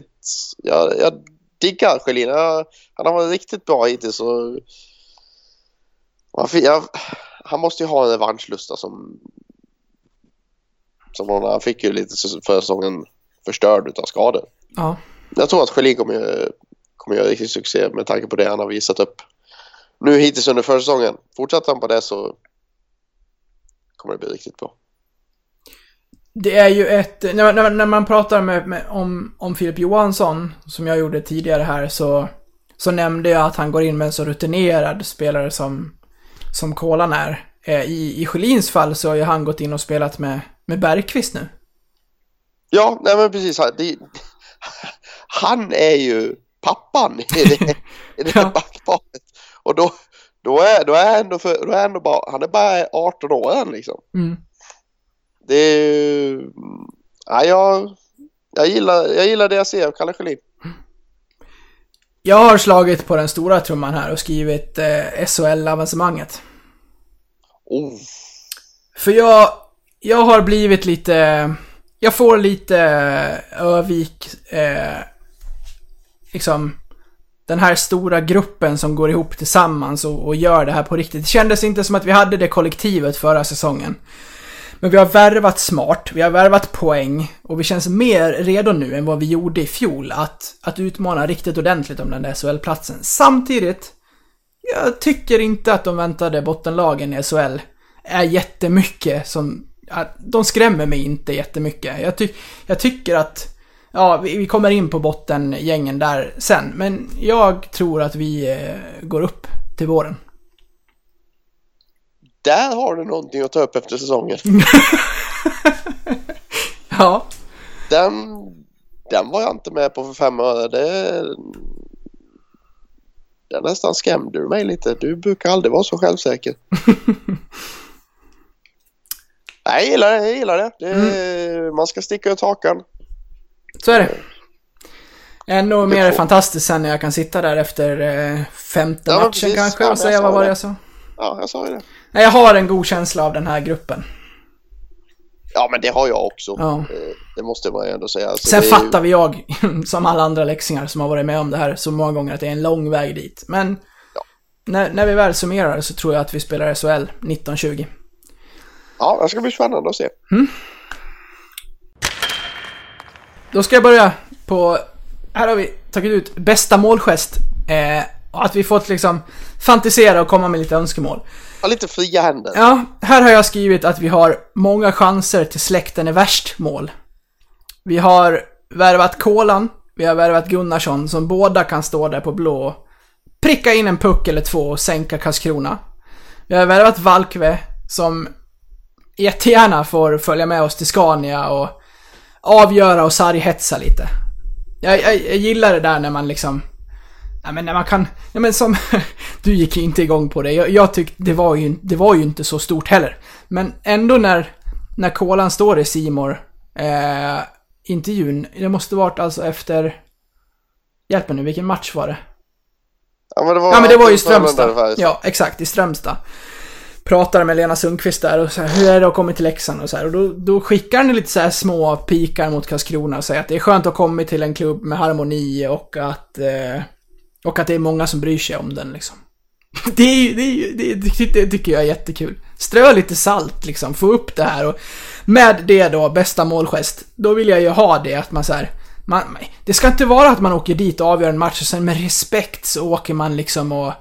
S1: diggar Schelin. Han har varit riktigt bra hittills, och han måste ju ha en revanschlusta som han fick ju lite för säsongen förstörd utav skador. Ja. Jag tror att Schelin kommer göra riktigt succé med tanke på det han har visat upp nu hittills under försäsongen. Fortsätter han på det så kommer det bli riktigt bra. Det är ju när man pratar om Filip Johansson, som jag gjorde tidigare här, så nämnde jag att han går in med en så rutinerad spelare som som Kolan är. I Sjölins fall så har ju han gått in och spelat med Bergqvist nu.
S3: Ja, nej men precis. Han är ju pappan i det backparet. Och då är ändå bara, han är bara 18 år än liksom.
S1: Mm.
S3: Det är ju... Ja, jag gillar det jag ser av Kalle Sjölin.
S1: Jag har slagit på den stora trumman här och skrivit SHL-avancemanget.
S3: Oh.
S1: För jag har blivit lite... Jag får lite Övik... liksom... Den här stora gruppen som går ihop tillsammans och gör det här på riktigt. Det kändes inte som att vi hade det kollektivet förra säsongen. Men vi har värvat smart, vi har värvat poäng och vi känns mer redo nu än vad vi gjorde i fjol att utmana riktigt ordentligt om den där SHL-platsen. Samtidigt, jag tycker inte att de väntade bottenlagen i SHL är jättemycket som... De skrämmer mig inte jättemycket. Jag tycker att... Ja, vi kommer in på bottengängen där sen. Men jag tror att vi går upp till våren.
S3: Där har du någonting att ta upp efter säsongen.
S1: Ja.
S3: Den var jag inte med på för 5 år. Det nästan skrämde du mig lite. Du brukar aldrig vara så självsäker. Nej, jag gillar det. Man ska sticka ut hakan.
S1: Så är det. Ännu mer fantastiskt sen när jag kan sitta där efter 5:e matchen precis, kanske och säga vad var det jag sa.
S3: Ja, jag sa ju det.
S1: Nej, jag har en god känsla av den här gruppen.
S3: Ja, men det har jag också.
S1: Ja.
S3: Det måste man ju ändå säga. Alltså,
S1: sen fattar vi jag, som alla andra läxingar som har varit med om det här så många gånger, att det är en lång väg dit. Men när vi väl summerar så tror jag att vi spelar SHL 19-20.
S3: Ja, det ska bli spännande att se.
S1: Då ska jag börja på... Här har vi tagit ut bästa målgest. Och att vi fått liksom fantisera och komma med lite önskemål.
S3: Ja, lite fria händer.
S1: Ja, här har jag skrivit att vi har många chanser till släkten är värst mål. Vi har värvat Kolan, vi har värvat Gunnarsson som båda kan stå där på blå, pricka in en puck eller 2 och sänka Karlskrona. Vi har värvat Valkve som jättegärna får följa med oss till Scania och avgöra och sarghetsa lite. Jag gillar det där när man liksom... Ja, men när man kan... Ja, men som... Du gick inte igång på det. Jag tyckte det var ju inte så stort heller. Men ändå när Kolan står i Simor intervjun, det måste varit alltså efter... Hjälp mig nu, vilken match var det?
S3: Ja, men
S1: det var ju Strömstad. Ja, exakt, i Strömstad. Pratar med Lena Sundqvist där och så här, hur är det att komma till Leksand och så här, och då skickar han lite så här små pikar mot Karlskrona och säger att det är skönt att komma till en klubb med harmoni och att det är många som bryr sig om den liksom. Det tycker jag är jättekul. Strö lite salt liksom, få upp det här och med det då bästa målgest. Då vill jag ju ha det att man så här, det ska inte vara att man åker dit och avgör en match och sen med respekt så åker man liksom och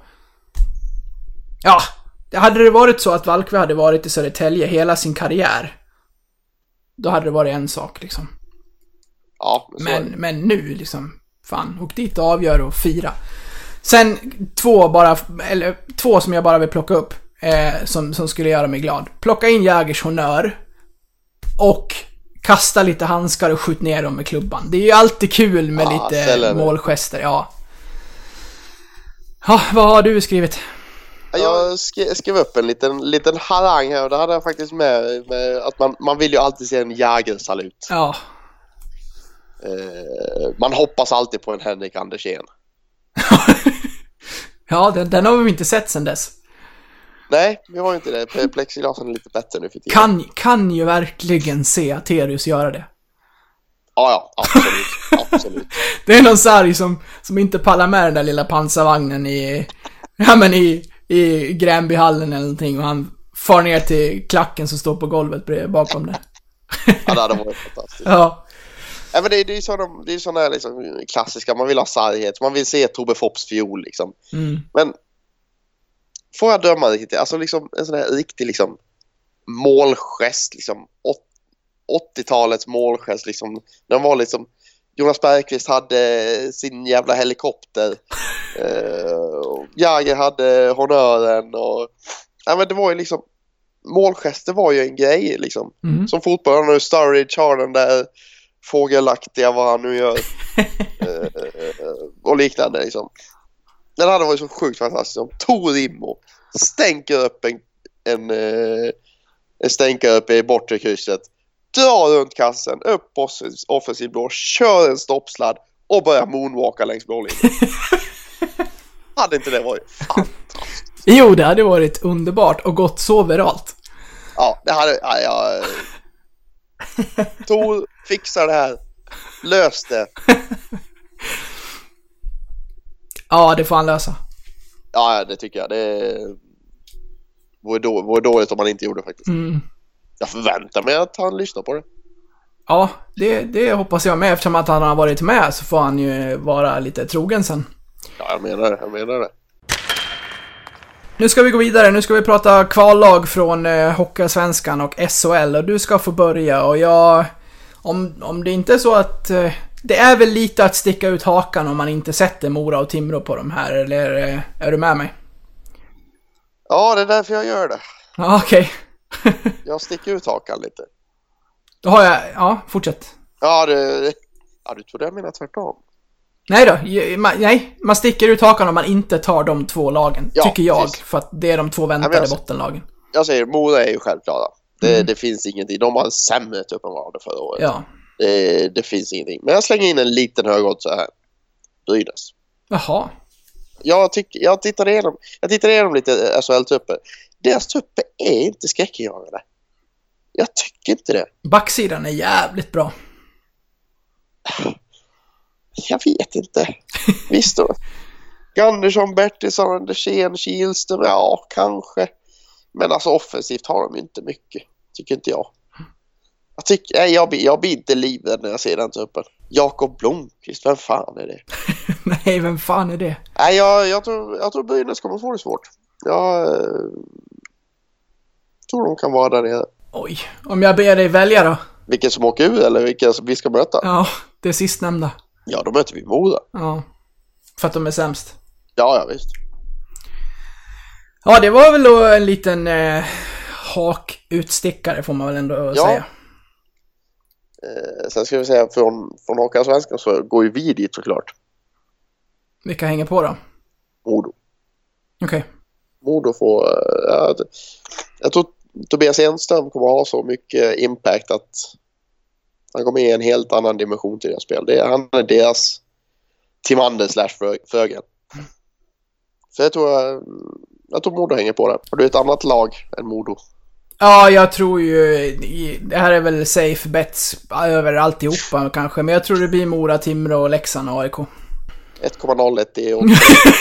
S1: hade det varit så att Valkve hade varit i Södertälje hela sin karriär, då hade det varit en sak liksom. Ja, men nu liksom, fan, åk dit och avgör och fira. Sen 2 som jag bara vill plocka upp som skulle göra mig glad. Plocka in Jägers honör och kasta lite handskar och skjut ner dem med klubban. Det är ju alltid kul med lite målgester, ja. Ja, vad har du skrivit?
S3: Jag skrev upp en liten harang här och det hade jag faktiskt med att man vill ju alltid se en Jägersalut.
S1: Ja.
S3: Man hoppas alltid på en Henrik Andersén.
S1: Ja, den har vi inte sett sedan dess.
S3: Nej, vi har ju inte det. Plexiglasen är lite bättre nu för tiden.
S1: Kan ju verkligen se Aterius göra det.
S3: Ja, absolut.
S1: Det är någon sarg som inte pallar med den där lilla pansarvagnen i Gränbyhallen eller någonting och han far ner till klacken som står på golvet bakom det.
S3: Ja, det hade varit fantastiskt.
S1: Ja.
S3: Ja, men det är ju sådana liksom klassiska, man vill ha sarghet, man vill se Tobbe Fopps fiol liksom. Men får jag döma lite, alltså liksom en sån här riktig liksom målgest liksom 80-talets målgest liksom, den var liksom Jonas Bergqvist hade sin jävla helikopter. Jäger hade honören och Ja, men det var ju liksom, målgester var ju en grej liksom. Som fotbollare nu, Sturridge har den där fågelaktiga vad han nu gör. Och liknande liksom. Den hade varit så sjukt fantastisk. Som Torimo stänker upp en stänkare upp i bortre krysset, drar runt kassen, upp offensiv blå, kör en stoppsladd och börjar moonwalka längs blålinjen. Hade inte det varit fantastiskt?
S1: Jo, det hade varit underbart och gått så viralt.
S3: Ja, det hade... Ja, Tor, fixar det här. Lös det.
S1: Ja, det får han lösa.
S3: Ja, det tycker jag. Det vore dåligt om man inte gjorde det faktiskt. Jag förväntar mig att han lyssnar på det.
S1: Ja, det hoppas jag med. Eftersom att han har varit med så får han ju vara lite trogen sen.
S3: Ja, jag menar det.
S1: Nu ska vi gå vidare. Nu ska vi prata kvallag från Hockeyallsvenskan och SHL. Och du ska få börja. Och jag... Om det inte är så att... det är väl lite att sticka ut hakan om man inte sätter Mora och Timrå på de här. Eller är du med mig?
S3: Ja, det är därför jag gör det.
S1: Ja, okej.
S3: Jag sticker ut hakan lite.
S1: Då har jag... Ja, fortsätt.
S3: Ja, du trodde jag menade tvärtom.
S1: Nej då, man sticker ut hakan om man inte tar de två lagen,
S3: ja,
S1: tycker jag,
S3: precis.
S1: För att det är de två väntade bottenlagen.
S3: Jag säger, Mora är ju självklara. Det finns ingenting. De har en sämre typ än vad de förra året.
S1: Ja.
S3: Det finns ingenting. Men jag slänger in en liten högodds så här. Brynäs.
S1: Jaha.
S3: Jag tittar igenom lite SHL-trupper. Deras trupper är inte skräckinjagande. Jag tycker inte det.
S1: Backsidan är jävligt bra.
S3: Jag vet inte. Visst då. Gandersson, Bertilsson, Andersén, Kihlström. Ja, kanske. Men alltså offensivt har de inte mycket. Tycker inte jag. Jag blir inte livrädd när jag ser den truppen. Jakob Blomqvist, vem fan är det?
S1: Nej, vem fan är det?
S3: Nej, jag tror Brynäs kommer få det svårt. Jag tror de kan vara där nere.
S1: Oj, om jag ber dig välja då?
S3: Vilken som åker ur eller vilka som vi ska möta?
S1: Ja, det sistnämnda.
S3: Ja, då möter vi Mora.
S1: Ja, för att de är sämst.
S3: Ja, visst.
S1: Ja, det var väl då en liten hakutstickare får man väl ändå säga.
S3: Sen ska vi säga från Hockeyallsvenskan så går ju vi dit såklart.
S1: Vilka hänger på då?
S3: Modo.
S1: Okej.
S3: Modo får... jag tror Tobias Enström kommer ha så mycket impact att han kommer i en helt annan dimension till deras spel. Han är deras Timander / Fögen. Så jag tror Modo hänger på det. Har du ett annat lag än Modo?
S1: Ja, jag tror ju... Det här är väl safe bets över alltihopa kanske. Men jag tror det blir Mora, Timrå, Leksand och AIK.
S3: 1,01 i år.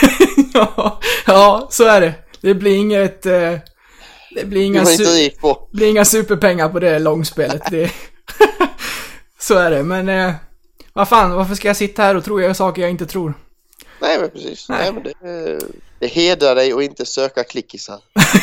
S1: Ja, så är det. Det blir inget... Det blir inga superpengar på det långspelet. Så är det. Men vad fan, varför ska jag sitta här och tro jag saker jag inte tror?
S3: Nej, men precis. Nej, men det hedrar dig och inte söka klickisar.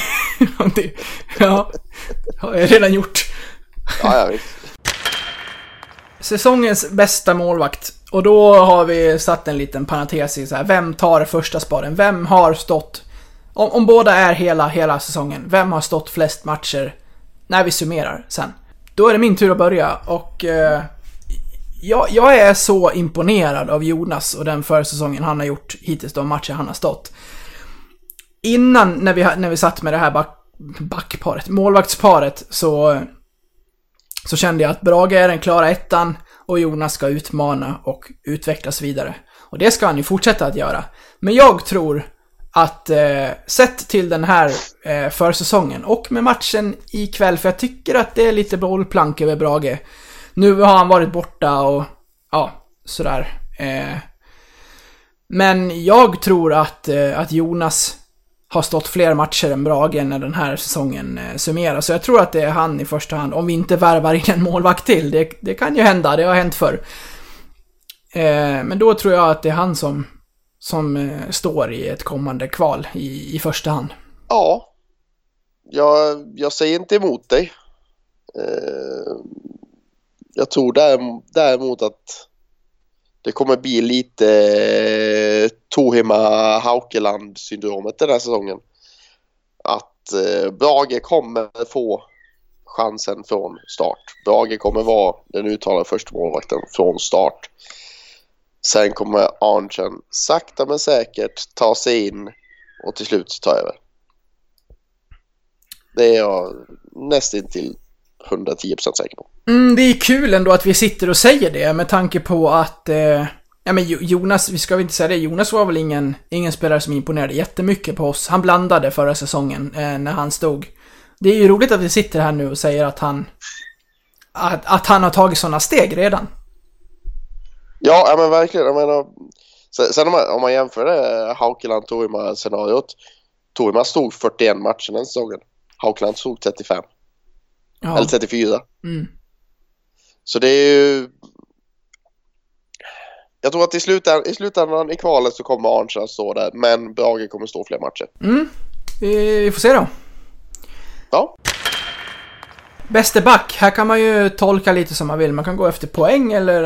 S1: Ja, har jag redan gjort.
S3: Ja, visst.
S1: Säsongens bästa målvakt. Och då har vi satt en liten parentes i så här. Vem tar första spaden? Vem har stått... Om båda är hela säsongen. Vem har stått flest matcher när vi summerar sen? Då är det min tur att börja. Och jag är så imponerad av Jonas och den försäsongen han har gjort hittills, de matcher han har stått. Innan när vi satt med det här backparet, målvaktsparet, så kände jag att Brage är den klara ettan och Jonas ska utmana och utvecklas vidare. Och det ska han ju fortsätta att göra. Men jag tror att sett till den här försäsongen och med matchen ikväll, för jag tycker att det är lite bollplank över Brage. Nu har han varit borta och ja, sådär. Men jag tror att Jonas har stått fler matcher än Brage när den här säsongen summerar. Så jag tror att det är han i första hand. Om vi inte värvar in en målvakt till. Det kan ju hända, det har hänt förr. Men då tror jag att det är han som står i ett kommande kval i första hand.
S3: Ja, jag säger inte emot dig. Jag tror däremot att det kommer bli lite Tohima Haukeland syndromet den här säsongen. Att att Brage kommer få chansen från start. Brage kommer vara den uttalade första målvakten från start. Sen kommer Arntzen sakta men säkert ta sig in och till slut ta över. Det är jag nästan till 110% säker på.
S1: Det är kul ändå att vi sitter och säger det med tanke på att men Jonas, vi ska väl inte säga det, Jonas var väl ingen spelare som imponerade jättemycket på oss. Han blandade förra säsongen när han stod. Det är ju roligt att vi sitter här nu och säger att han har tagit sådana steg redan.
S3: Ja, men verkligen. Jag menar, sen om man jämför det Haukeland-Torima-scenariot. Torima stod 41 matcher den säsongen. Haukeland stod 35. Ja. Eller 34. Så det är ju... Jag tror att i slutändan i kvalet så kommer Arntzen att stå där. Men Brage kommer stå fler matcher.
S1: Vi får se då.
S3: Ja.
S1: Bäste back, här kan man ju tolka lite som man vill. Man kan gå efter poäng eller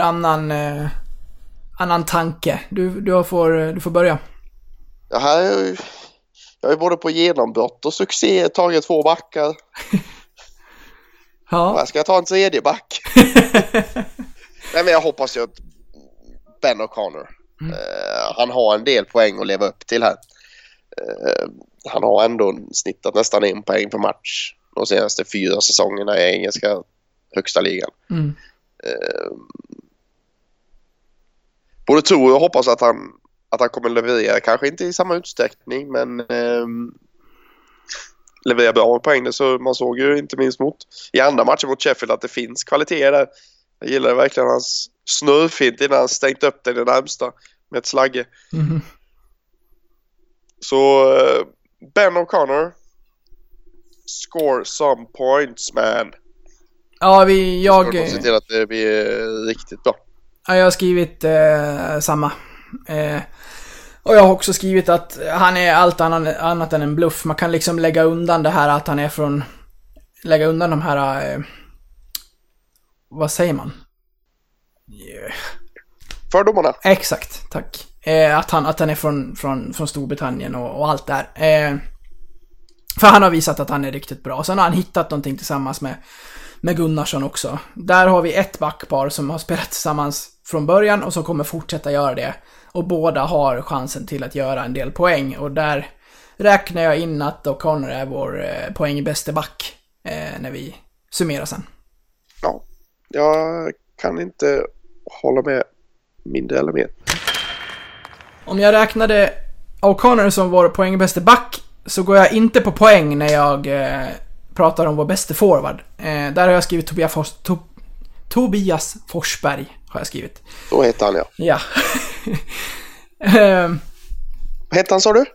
S1: annan tanke. Du får börja.
S3: Ja, jag är både på genombrott och succé tagit 2 backar.
S1: Ja.
S3: Jag ska ta en tredje back. Nej, men jag hoppas ju att Ben O'Connor han har en del poäng att leva upp till här. Han har ändå snittat nästan 1 poäng per match de senaste 4 säsongerna i engelska högsta ligan. Både tror och hoppas att han kommer leverera, kanske inte i samma utsträckning, men leverera bra poäng. Så man såg ju inte minst i andra matcher mot Sheffield att det finns kvalitet där. Jag gillar verkligen hans snurrfint innan han stängt upp den i det närmsta med ett slagge. Så Ben O'Connor, score some points, man.
S1: Ja,
S3: jag konstaterar att det blir riktigt bra.
S1: Ja, jag har skrivit samma. Och jag har också skrivit att han är allt annat än en bluff. Man kan liksom lägga undan det här att han är lägga undan de här vad säger man?
S3: Fördomarna.
S1: Exakt, tack. Att han är från Storbritannien och allt där. För han har visat att han är riktigt bra. Sen har han hittat någonting tillsammans med Gunnarsson också. Där har vi ett backpar som har spelat tillsammans från början och som kommer fortsätta göra det. Och båda har chansen till att göra en del poäng. Och där räknar jag in att O'Connor är vår poängbäste back när vi summerar sen.
S3: Ja, jag kan inte hålla med mindre eller mer.
S1: Om jag räknade O'Connor som vår poängbäste back så går jag inte på poäng när jag pratar om vår bästa forward. Där har jag skrivit Tobias Forsberg har jag skrivit.
S3: Så heter han, ja.
S1: Ja.
S3: Vad heter han, sa du?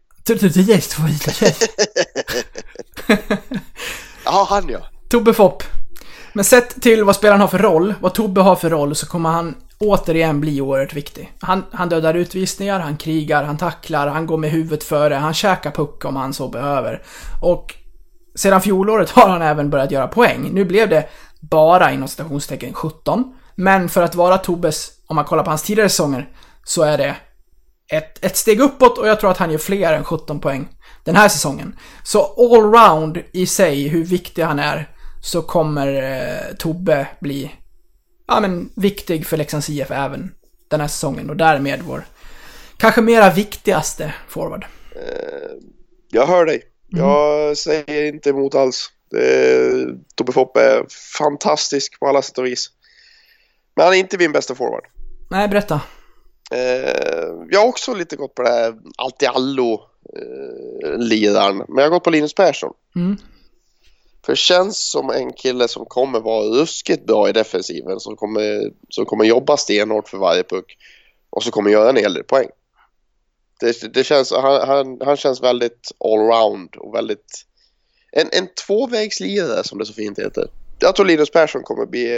S3: Ja, han, ja.
S1: Tobbe Fopp. Men sett till vad spelaren har för roll, vad Tobbe har för roll, så kommer han återigen bli oerhört viktig. Han dödar utvisningar, han krigar, han tacklar, han går med huvudet före, han käkar puck om han så behöver. Och sedan fjolåret har han även börjat göra poäng. Nu blev det bara inom citationstecken 17. Men för att vara Tobbes, om man kollar på hans tidigare säsonger, så är det ett steg uppåt, och jag tror att han gör fler än 17 poäng den här säsongen. Så allround i sig, hur viktig han är, så kommer Tobbe bli viktig för Leksands IF även den här säsongen, och därmed vår kanske mera viktigaste forward.
S3: Jag hör dig. Jag säger inte emot alls. Tobbe Fopp är fantastisk på alla sätt och vis. Men han är inte min bästa forward.
S1: Nej, berätta.
S3: Jag har också lite gått på det här allt-i-allo-lidaren. Men jag har gått på Linus Persson. För det känns som en kille som kommer vara ruskigt bra i defensiven. Som kommer jobba stenhårt för varje puck. Och så kommer göra en hel del poäng. Det känns, han känns väldigt allround och väldigt en tvåvägslirare, som det så fint heter. Jag tror Linus Persson kommer bli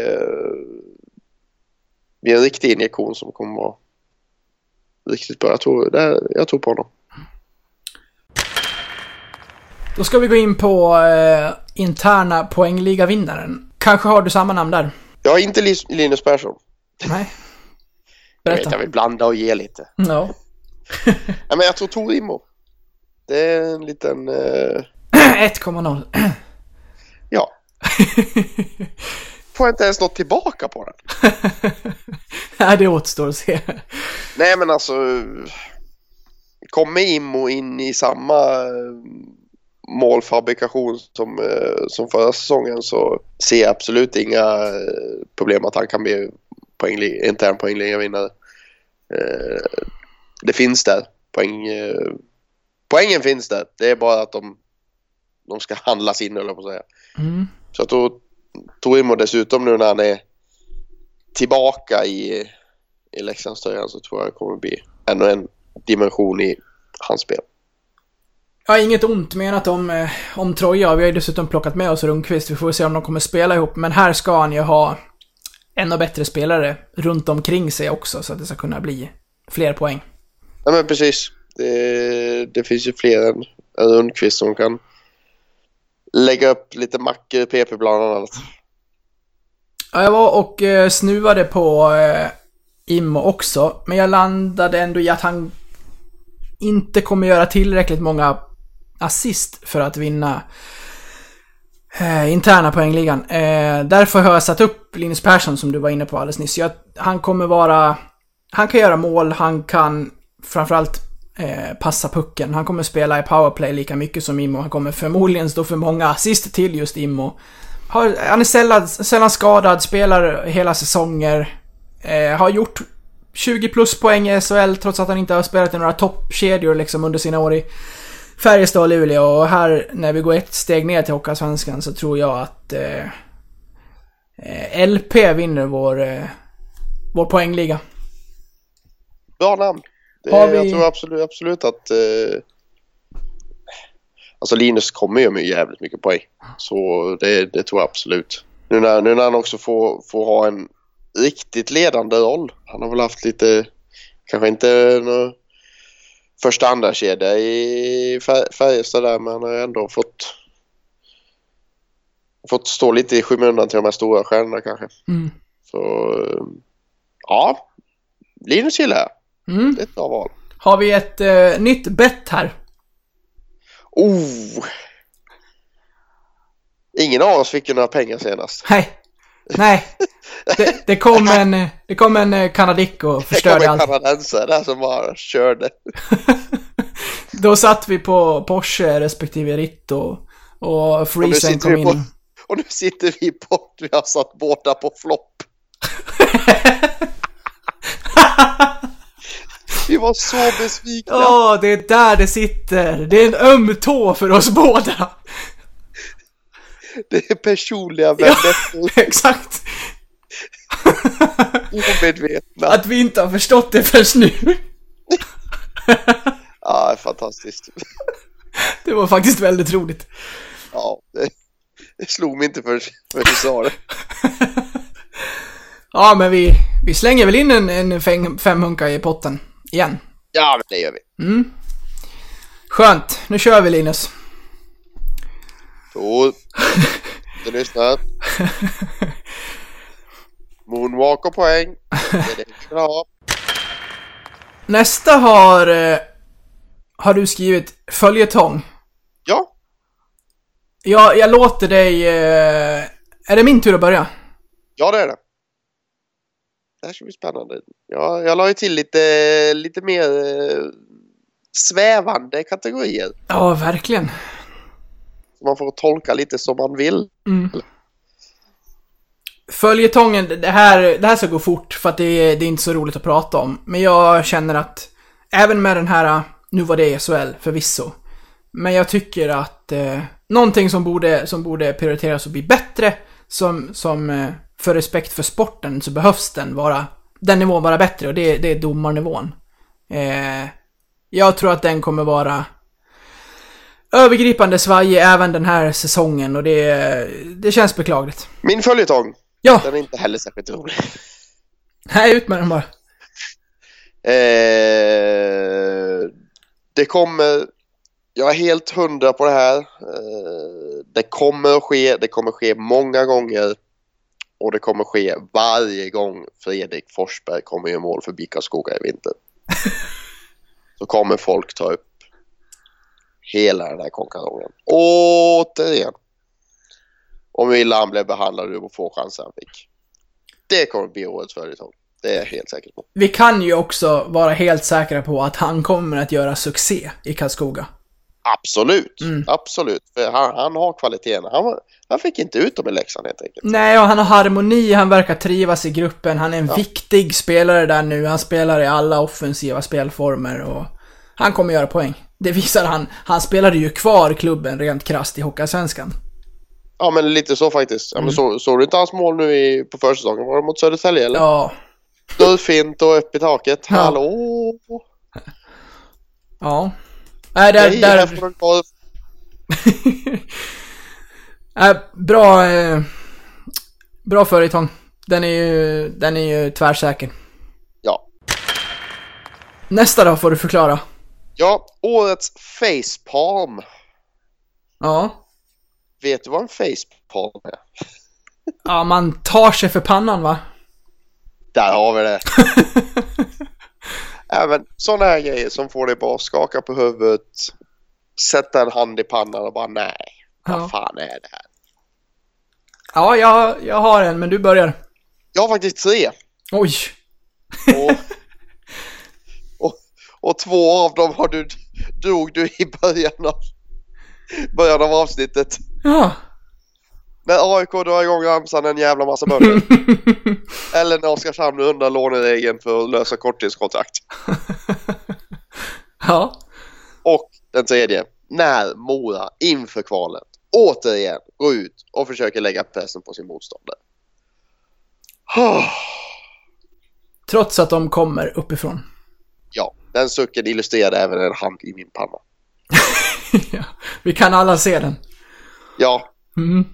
S3: en riktig injektion som kommer vara riktigt bra. Jag tror på honom.
S1: Då ska vi gå in på interna poängligavinnaren. Kanske har du samma namn där?
S3: Jag har inte Linus Persson.
S1: Nej. Berätta.
S3: Jag vill blanda och ge lite.
S1: Ja.
S3: Men jag tror Tor Immo. Det är en liten
S1: 1,0.
S3: Ja. Får jag inte ens något tillbaka på den?
S1: Nej, det återstår att se.
S3: Nej, men alltså, kommer Immo in i samma målfabrikation som förra säsongen, så ser jag absolut inga problem att han kan bli intern poängligavinnare. Det finns där. Poängen finns där. Det är bara att de ska handlas in, eller på att säga. Så jag tror Immo dessutom, nu när han är tillbaka i Leksandströjan, så tror jag det kommer bli ännu en dimension i hans spel.
S1: Ja, inget ont menat om Troja. Vi har ju dessutom plockat med oss Rundqvist. Vi får se om de kommer spela ihop. Men här ska han ju ha ännu bättre spelare runt omkring sig också, så att det ska kunna bli fler poäng.
S3: Ja, men precis. Det finns ju fler än Rundqvist som kan lägga upp lite mackor, PP bland annat.
S1: Ja, jag var och snuvade på Immo också. Men jag landade ändå i att han inte kommer göra tillräckligt många assist för att vinna interna poängligan. Därför har jag satt upp Linus Persson, som du var inne på alldeles nyss. Han kan göra mål, han kan framförallt passa pucken. Han kommer spela i powerplay lika mycket som Immo. Han kommer förmodligen stå för många assist till just Immo. Han är sällan skadad, spelar hela säsonger. Har gjort 20 plus poäng i SHL trots att han inte har spelat i några toppkedjor liksom under sina år i Färjestad och Luleå. Och här, när vi går ett steg ner till Hockeyallsvenskan, så tror jag att LP vinner vår poängliga.
S3: Bra namn. Jag tror absolut att alltså Linus kommer ju med jävligt mycket poäng. Så det tror jag absolut. Nu när han också får ha en riktigt ledande roll. Han har väl haft lite, kanske inte någon första andra kedja i Färjestad där, men han har ändå fått stå lite i skymundan till de här stora stjärnorna kanske. Så ja, Linus gillar jag. Det är ett bra val.
S1: Har vi ett nytt bett här?
S3: Ingen av oss fick ju några pengar senast.
S1: Nej. Det kom en kanadick och förstörde allt.
S3: Det kom en kanadensare där som bara körde.
S1: Då satt vi på Porsche respektive Ritto och Friesen kom in.
S3: Och nu sitter vi vi har satt båda på flopp. Vi var så besvikna.
S1: Det är där det sitter. Det är en öm tå för oss båda.
S3: Det är personliga vänner.
S1: Ja, exakt.
S3: Omedvetna.
S1: Att vi inte har förstått det först nu.
S3: Ja, fantastiskt.
S1: Det var faktiskt väldigt roligt.
S3: Ja, det slog mig inte för du sa det.
S1: Ja, men vi slänger väl in en 500 i potten igen.
S3: Ja, men det gör vi.
S1: Skönt, nu kör vi, Linus.
S3: Så, du lyssnar. Moonwalk och poäng. Det är det vi vill ha.
S1: Nästa har du skrivit följetong.
S3: Ja.
S1: Jag låter dig... Är det min tur att börja?
S3: Ja, det är det. Det här ska bli spännande. Jag la ju till lite mer svävande kategorier.
S1: Ja, verkligen.
S3: Så man får tolka lite som man vill.
S1: Följetongen, det här ska gå fort för att det är inte så roligt att prata om. Men jag känner att även med den här, nu var det SHL förvisso. Men jag tycker att någonting som borde prioriteras och bli bättre, som för respekt för sporten, så behövs den nivån vara bättre, och det är domarnivån. Jag tror att den kommer vara övergripande svajig även den här säsongen, och det känns beklagligt.
S3: Min följetong.
S1: Ja.
S3: Den är inte heller särskilt rolig.
S1: Nej, ut med den bara.
S3: Det kommer... Jag är helt 100 på det här. Det kommer ske många gånger. Och det kommer ske varje gång Fredrik Forsberg kommer göra mål för BIK Karlskoga i vinter. Så kommer folk ta upp hela den här konkarongen. Återigen. Om hur illa han blev behandlad och få chanser han fick. Det kommer bli årets följetong. Det är jag helt säker på.
S1: Vi kan ju också vara helt säkra på att han kommer att göra succé i Karlskoga.
S3: Absolut, absolut. För han har kvaliteterna. Han fick inte ut dem i Leksand helt enkelt.
S1: Nej, och han har harmoni, han verkar trivas i gruppen. Han är en viktig spelare där nu. Han spelar i alla offensiva spelformer och han kommer göra poäng. Det visar han. Han spelade ju kvar klubben rent krasst i Hockeyallsvenskan.
S3: Ja, men lite så faktiskt. Ja, men såg du inte hans mål nu på försäsongen? Var det mot Södertälje eller?
S1: Ja.
S3: Fint och upp i taket. Ja. Hallå!
S1: Ja. Nej, där... Bra följetong. Den är ju tvärsäker.
S3: Ja.
S1: Nästa då får du förklara.
S3: Ja, årets facepalm.
S1: Ja.
S3: Vet du vad en facepalm är?
S1: Ja, man tar sig för pannan, va?
S3: Där har vi det. Även sådana här grejer som får dig bara skaka på huvudet, sätta en hand i pannan och bara nej. Vad fan är det här?
S1: Ja, jag har en, men du börjar.
S3: Jag har faktiskt 3.
S1: Oj.
S3: Och 2 av dem drog du i början av avsnittet.
S1: Ja.
S3: När AIK drar igång ramsan en jävla massa bönder. Eller när Oskarshamn undrar låneregeln för att lösa korttidskontrakt.
S1: Ja.
S3: Och den 3. När Mora inför kvalet återigen går ut och försöker lägga pressen på sin motståndare.
S1: Trots att de kommer uppifrån.
S3: Ja, den sucken illustrerade även en hand i min panna.
S1: Ja, vi kan alla se den.
S3: Ja.
S1: Mm.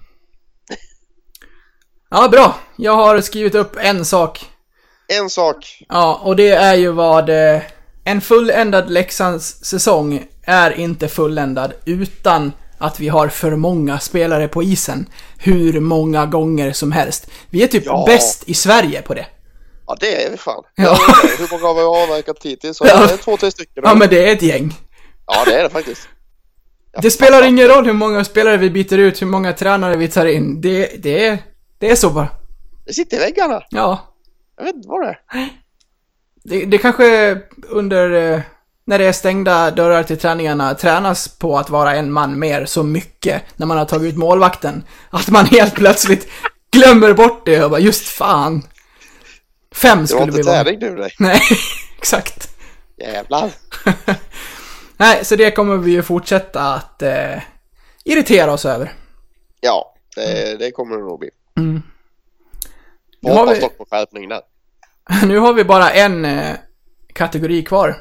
S1: Ja, bra. Jag har skrivit upp en sak.
S3: En sak.
S1: Ja, och det är ju vad en fulländad Leksands säsong är inte fulländad utan att vi har för många spelare på isen. Hur många gånger som helst. Vi är typ bäst i Sverige på det.
S3: Ja, det är vi fan.
S1: Ja.
S3: Hur många har vi avverkat hittills? Så det är 2-3 stycken.
S1: Ja, men det är ett gäng.
S3: Ja, det är det faktiskt.
S1: Det spelar ingen roll hur många spelare vi byter ut, hur många tränare vi tar in. Det är så bara.
S3: Det sitter i väggarna.
S1: Ja.
S3: Jag vet inte vad det är.
S1: Det kanske under när det är stängda dörrar till träningarna tränas på att vara en man mer så mycket när man har tagit ut målvakten att man helt plötsligt glömmer bort det och bara just fan. 5 skulle vi vara.
S3: Det var inte träning du dig.
S1: Nej, exakt.
S3: Jävlar.
S1: Nej, så det kommer vi ju fortsätta att irritera oss över.
S3: Ja, det kommer det nog bli.
S1: Mm.
S3: Hoppas dock på skärpning där.
S1: Nu har vi bara en kategori kvar.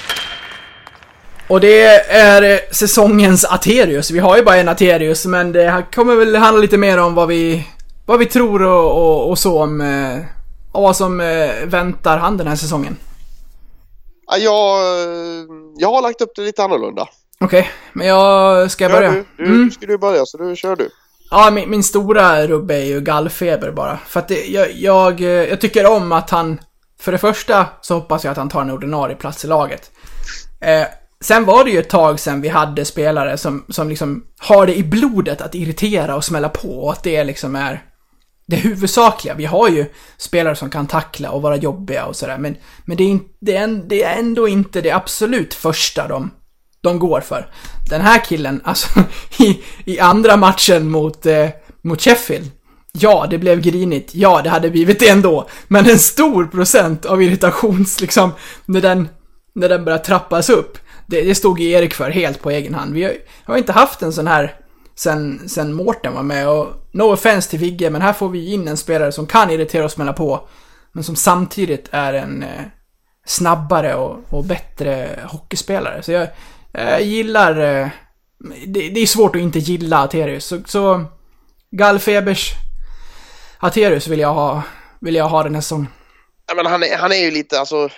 S1: Och det är säsongens Aterius. Vi har ju bara en Aterius, men det kommer väl handla lite mer om vad vi tror och så om och vad som väntar han den här säsongen.
S3: Ja, jag har lagt upp det lite annorlunda.
S1: Okej, men jag ska börja.
S3: Du ska du börja, så du kör du.
S1: Ja, min stora rubbe är ju gallfeber bara. För att jag tycker om att han... För det första så hoppas jag att han tar en ordinarie plats i laget. Sen var det ju ett tag sedan vi hade spelare som liksom har det i blodet att irritera och smälla på. Och att det liksom är det huvudsakliga. Vi har ju spelare som kan tackla och vara jobbiga och sådär. Men det är ändå inte det absolut första de går för. Den här killen, alltså i andra matchen mot Sheffield. Ja, det blev grinigt. Ja, det hade blivit det ändå. Men en stor procent av irritations liksom när den börjar trappas upp. Det stod ju Erik för helt på egen hand. Vi har inte haft en sån här sen Mårten var med. Och no offense till Vigge, men här får vi in en spelare som kan irritera och smälla på. Men som samtidigt är en snabbare och bättre hockeyspelare. Så jag gillar... Det är svårt att inte gilla Aterius. Så Gallfebers Aterius vill jag ha den här säsongen.
S3: Ja, men han är ju lite, alltså...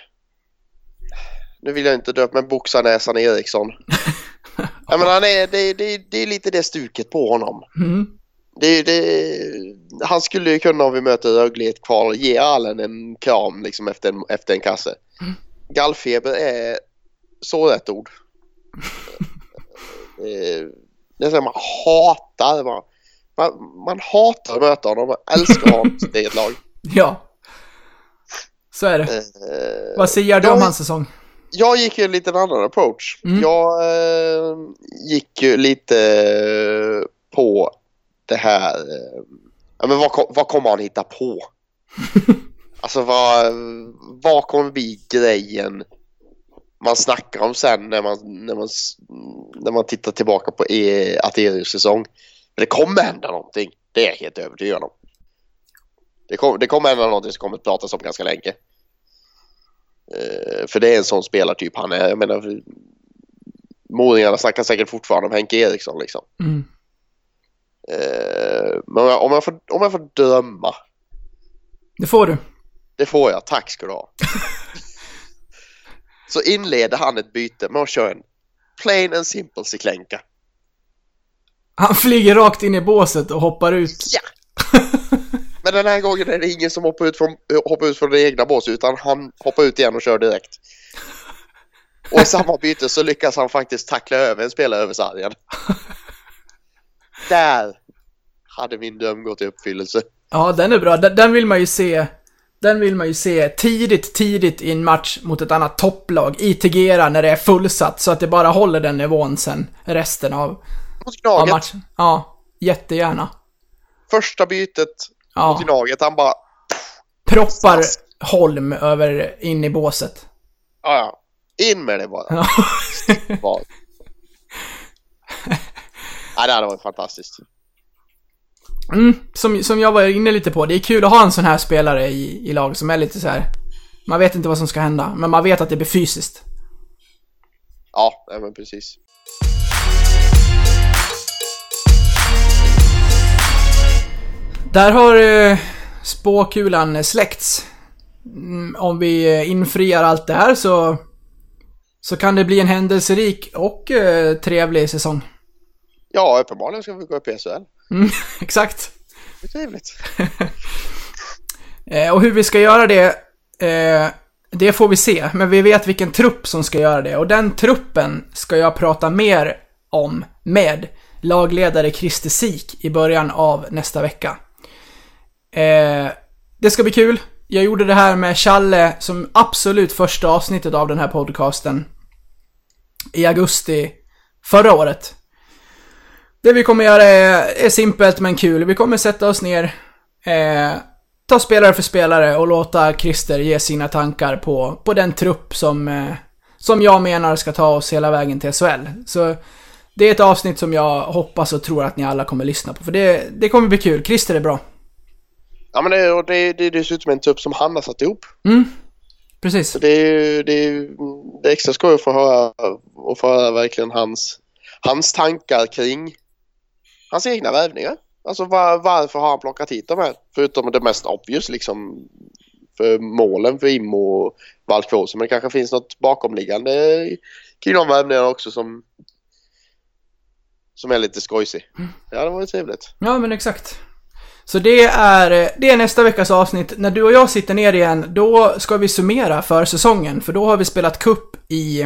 S3: Nu vill jag inte döpa, men boxarnäsan Eriksson. Ja, men det är lite det stuket på honom.
S1: Mm.
S3: Han skulle ju kunna, om vi möter Rögle i ett kval, ge Allen en kram liksom efter en kasse. Gallfeber är så rätt ord. Det är så här, man hatar man hatar att möta honom. Man älskar honom i ett lag.
S1: Ja. Så är det. Vad säger du om hans säsong?
S3: Jag gick ju en liten annan approach. Jag gick ju lite på det här. Men vad kommer han hitta på? Alltså vad kommer bli grejen man snackar om sen när man tittar tillbaka på Aterius säsong? Men det kommer hända någonting. Det är jag helt övertygad om. Det kommer hända någonting som kommer att pratas om ganska länge. För det är en sån spelartyp han är. Jag menar, Moringarna snackar säkert fortfarande om Henke Eriksson liksom. Men om jag får döma.
S1: Det får du.
S3: Det får jag, tack ska du ha. Så inleder han ett byte med att köra en plain and simple Cyklänka.
S1: Han flyger rakt in i båset och hoppar ut.
S3: Ja. Men den här gången är det ingen som hoppar ut från det egna båset, utan han hoppar ut igen och kör direkt. Och i samma byte så lyckas han faktiskt tackla över en spelare över sargen. Där hade min dröm gått i uppfyllelse.
S1: Ja, den är bra. Den vill man ju se. Den vill man ju se tidigt i en match mot ett annat topplag i Tegera när det är fullsatt, så att det bara håller den nivån sen resten av matchen. Ja, jättegärna.
S3: Första bytet mot Gnaget, han bara
S1: proppar Holm över in i båset.
S3: Ja. In med det bara. Ja. Det hade varit fantastiskt.
S1: Som jag var inne lite på, det är kul att ha en sån här spelare i lag som är lite så här. Man vet inte vad som ska hända, men man vet att det blir fysiskt.
S3: Ja, men precis.
S1: Där har spåkulan släckts. Om vi infriar allt det här så kan det bli en händelserik och trevlig säsong.
S3: Ja, uppenbarligen ska vi gå upp i SHL.
S1: Exakt.
S3: Det är trevligt.
S1: Och hur vi ska göra det, det får vi se. Men vi vet vilken trupp som ska göra det. Och den truppen ska jag prata mer om med lagledare Christer Sik i början av nästa vecka. Det ska bli kul. Jag gjorde det här med Challe som absolut första avsnittet av den här podcasten i augusti förra året. Det vi kommer göra är simpelt men kul. Vi kommer sätta oss ner, ta spelare för spelare och låta Christer ge sina tankar på den trupp som jag menar ska ta oss hela vägen till SHL. Så det är ett avsnitt som jag hoppas och tror att ni alla kommer lyssna på. För det kommer bli kul. Christer är bra.
S3: Ja, men det är dessutom en trupp som han har satt ihop.
S1: Precis.
S3: Så det är extra skoj att få höra verkligen hans tankar kring hans egna värvningar. Alltså varför har han plockat hit de här? Förutom det mest obvious liksom för målen för Immo och Valkvås. Men det kanske finns något bakomliggande kring de värvningarna också som är lite skojsig. Ja, det var ju trevligt.
S1: Ja, men exakt. Så det är nästa veckas avsnitt. När du och jag sitter ner igen, då ska vi summera för säsongen. För då har vi spelat cup i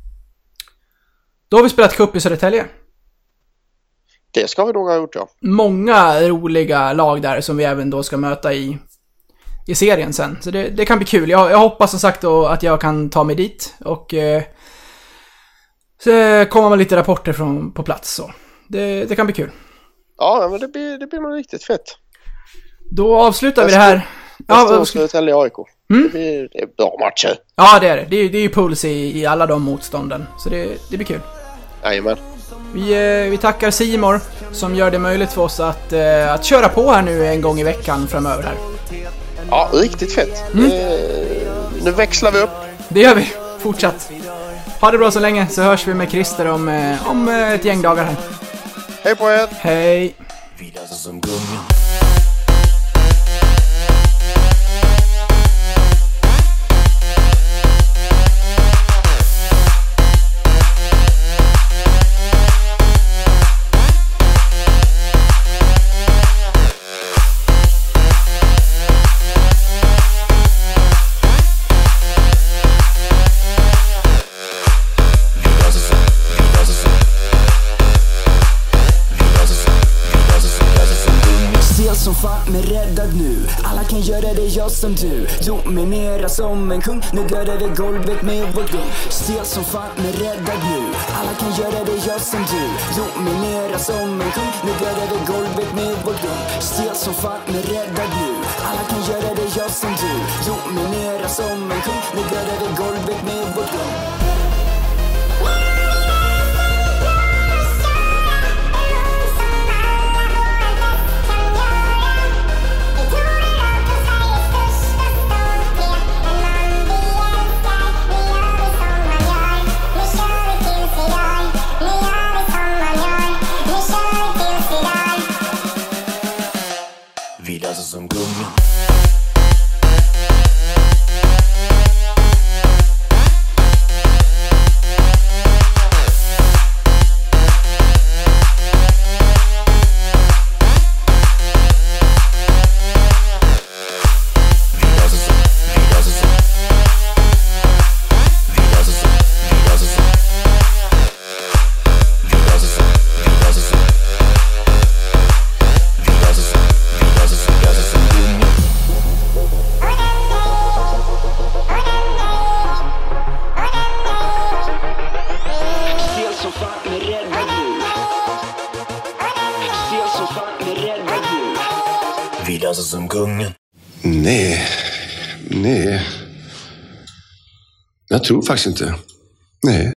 S1: Södertälje.
S3: Det ska vi nog ha gjort, ja.
S1: Många roliga lag där som vi även då ska möta i serien sen. Så det kan bli kul. Jag hoppas som sagt då att jag kan ta mig dit. Och så kommer man lite rapporter på plats. Så det kan bli kul.
S3: Ja, men det blir nog riktigt fett.
S1: Då avslutar vi det här.
S3: Ja, Södertälje AIK. Det är bra matcher.
S1: Ja, det är det. Det är ju puls i alla de motstånden. Så det blir kul.
S3: Jajamän.
S1: Vi tackar Simor som gör det möjligt för oss att köra på här nu en gång i veckan framöver här.
S3: Ja, riktigt fett. Nu växlar vi upp.
S1: Det gör vi. Fortsatt. Ha det bra så länge, så hörs vi med Christer om ett gäng dagar här.
S3: Hej på er.
S1: Hej.
S7: fan med räddad nu. Alla kan göra det, jag som du. Dominera som en kung. Nu går det vid golvet med vår gung. Stel som fan med räddad nu. Alla kan göra det, jag som du. Dominera som en kung. Nu går det vid golvet med vår gung. Stel som fan med räddad nu. Alla kan göra det, jag som du. Dominera som en kung. Nu går det vid golvet med vår gung.
S8: Vi dansar som gungan. Vi dansar som gungan.
S2: Nej. Jag tror faktiskt inte. Nej.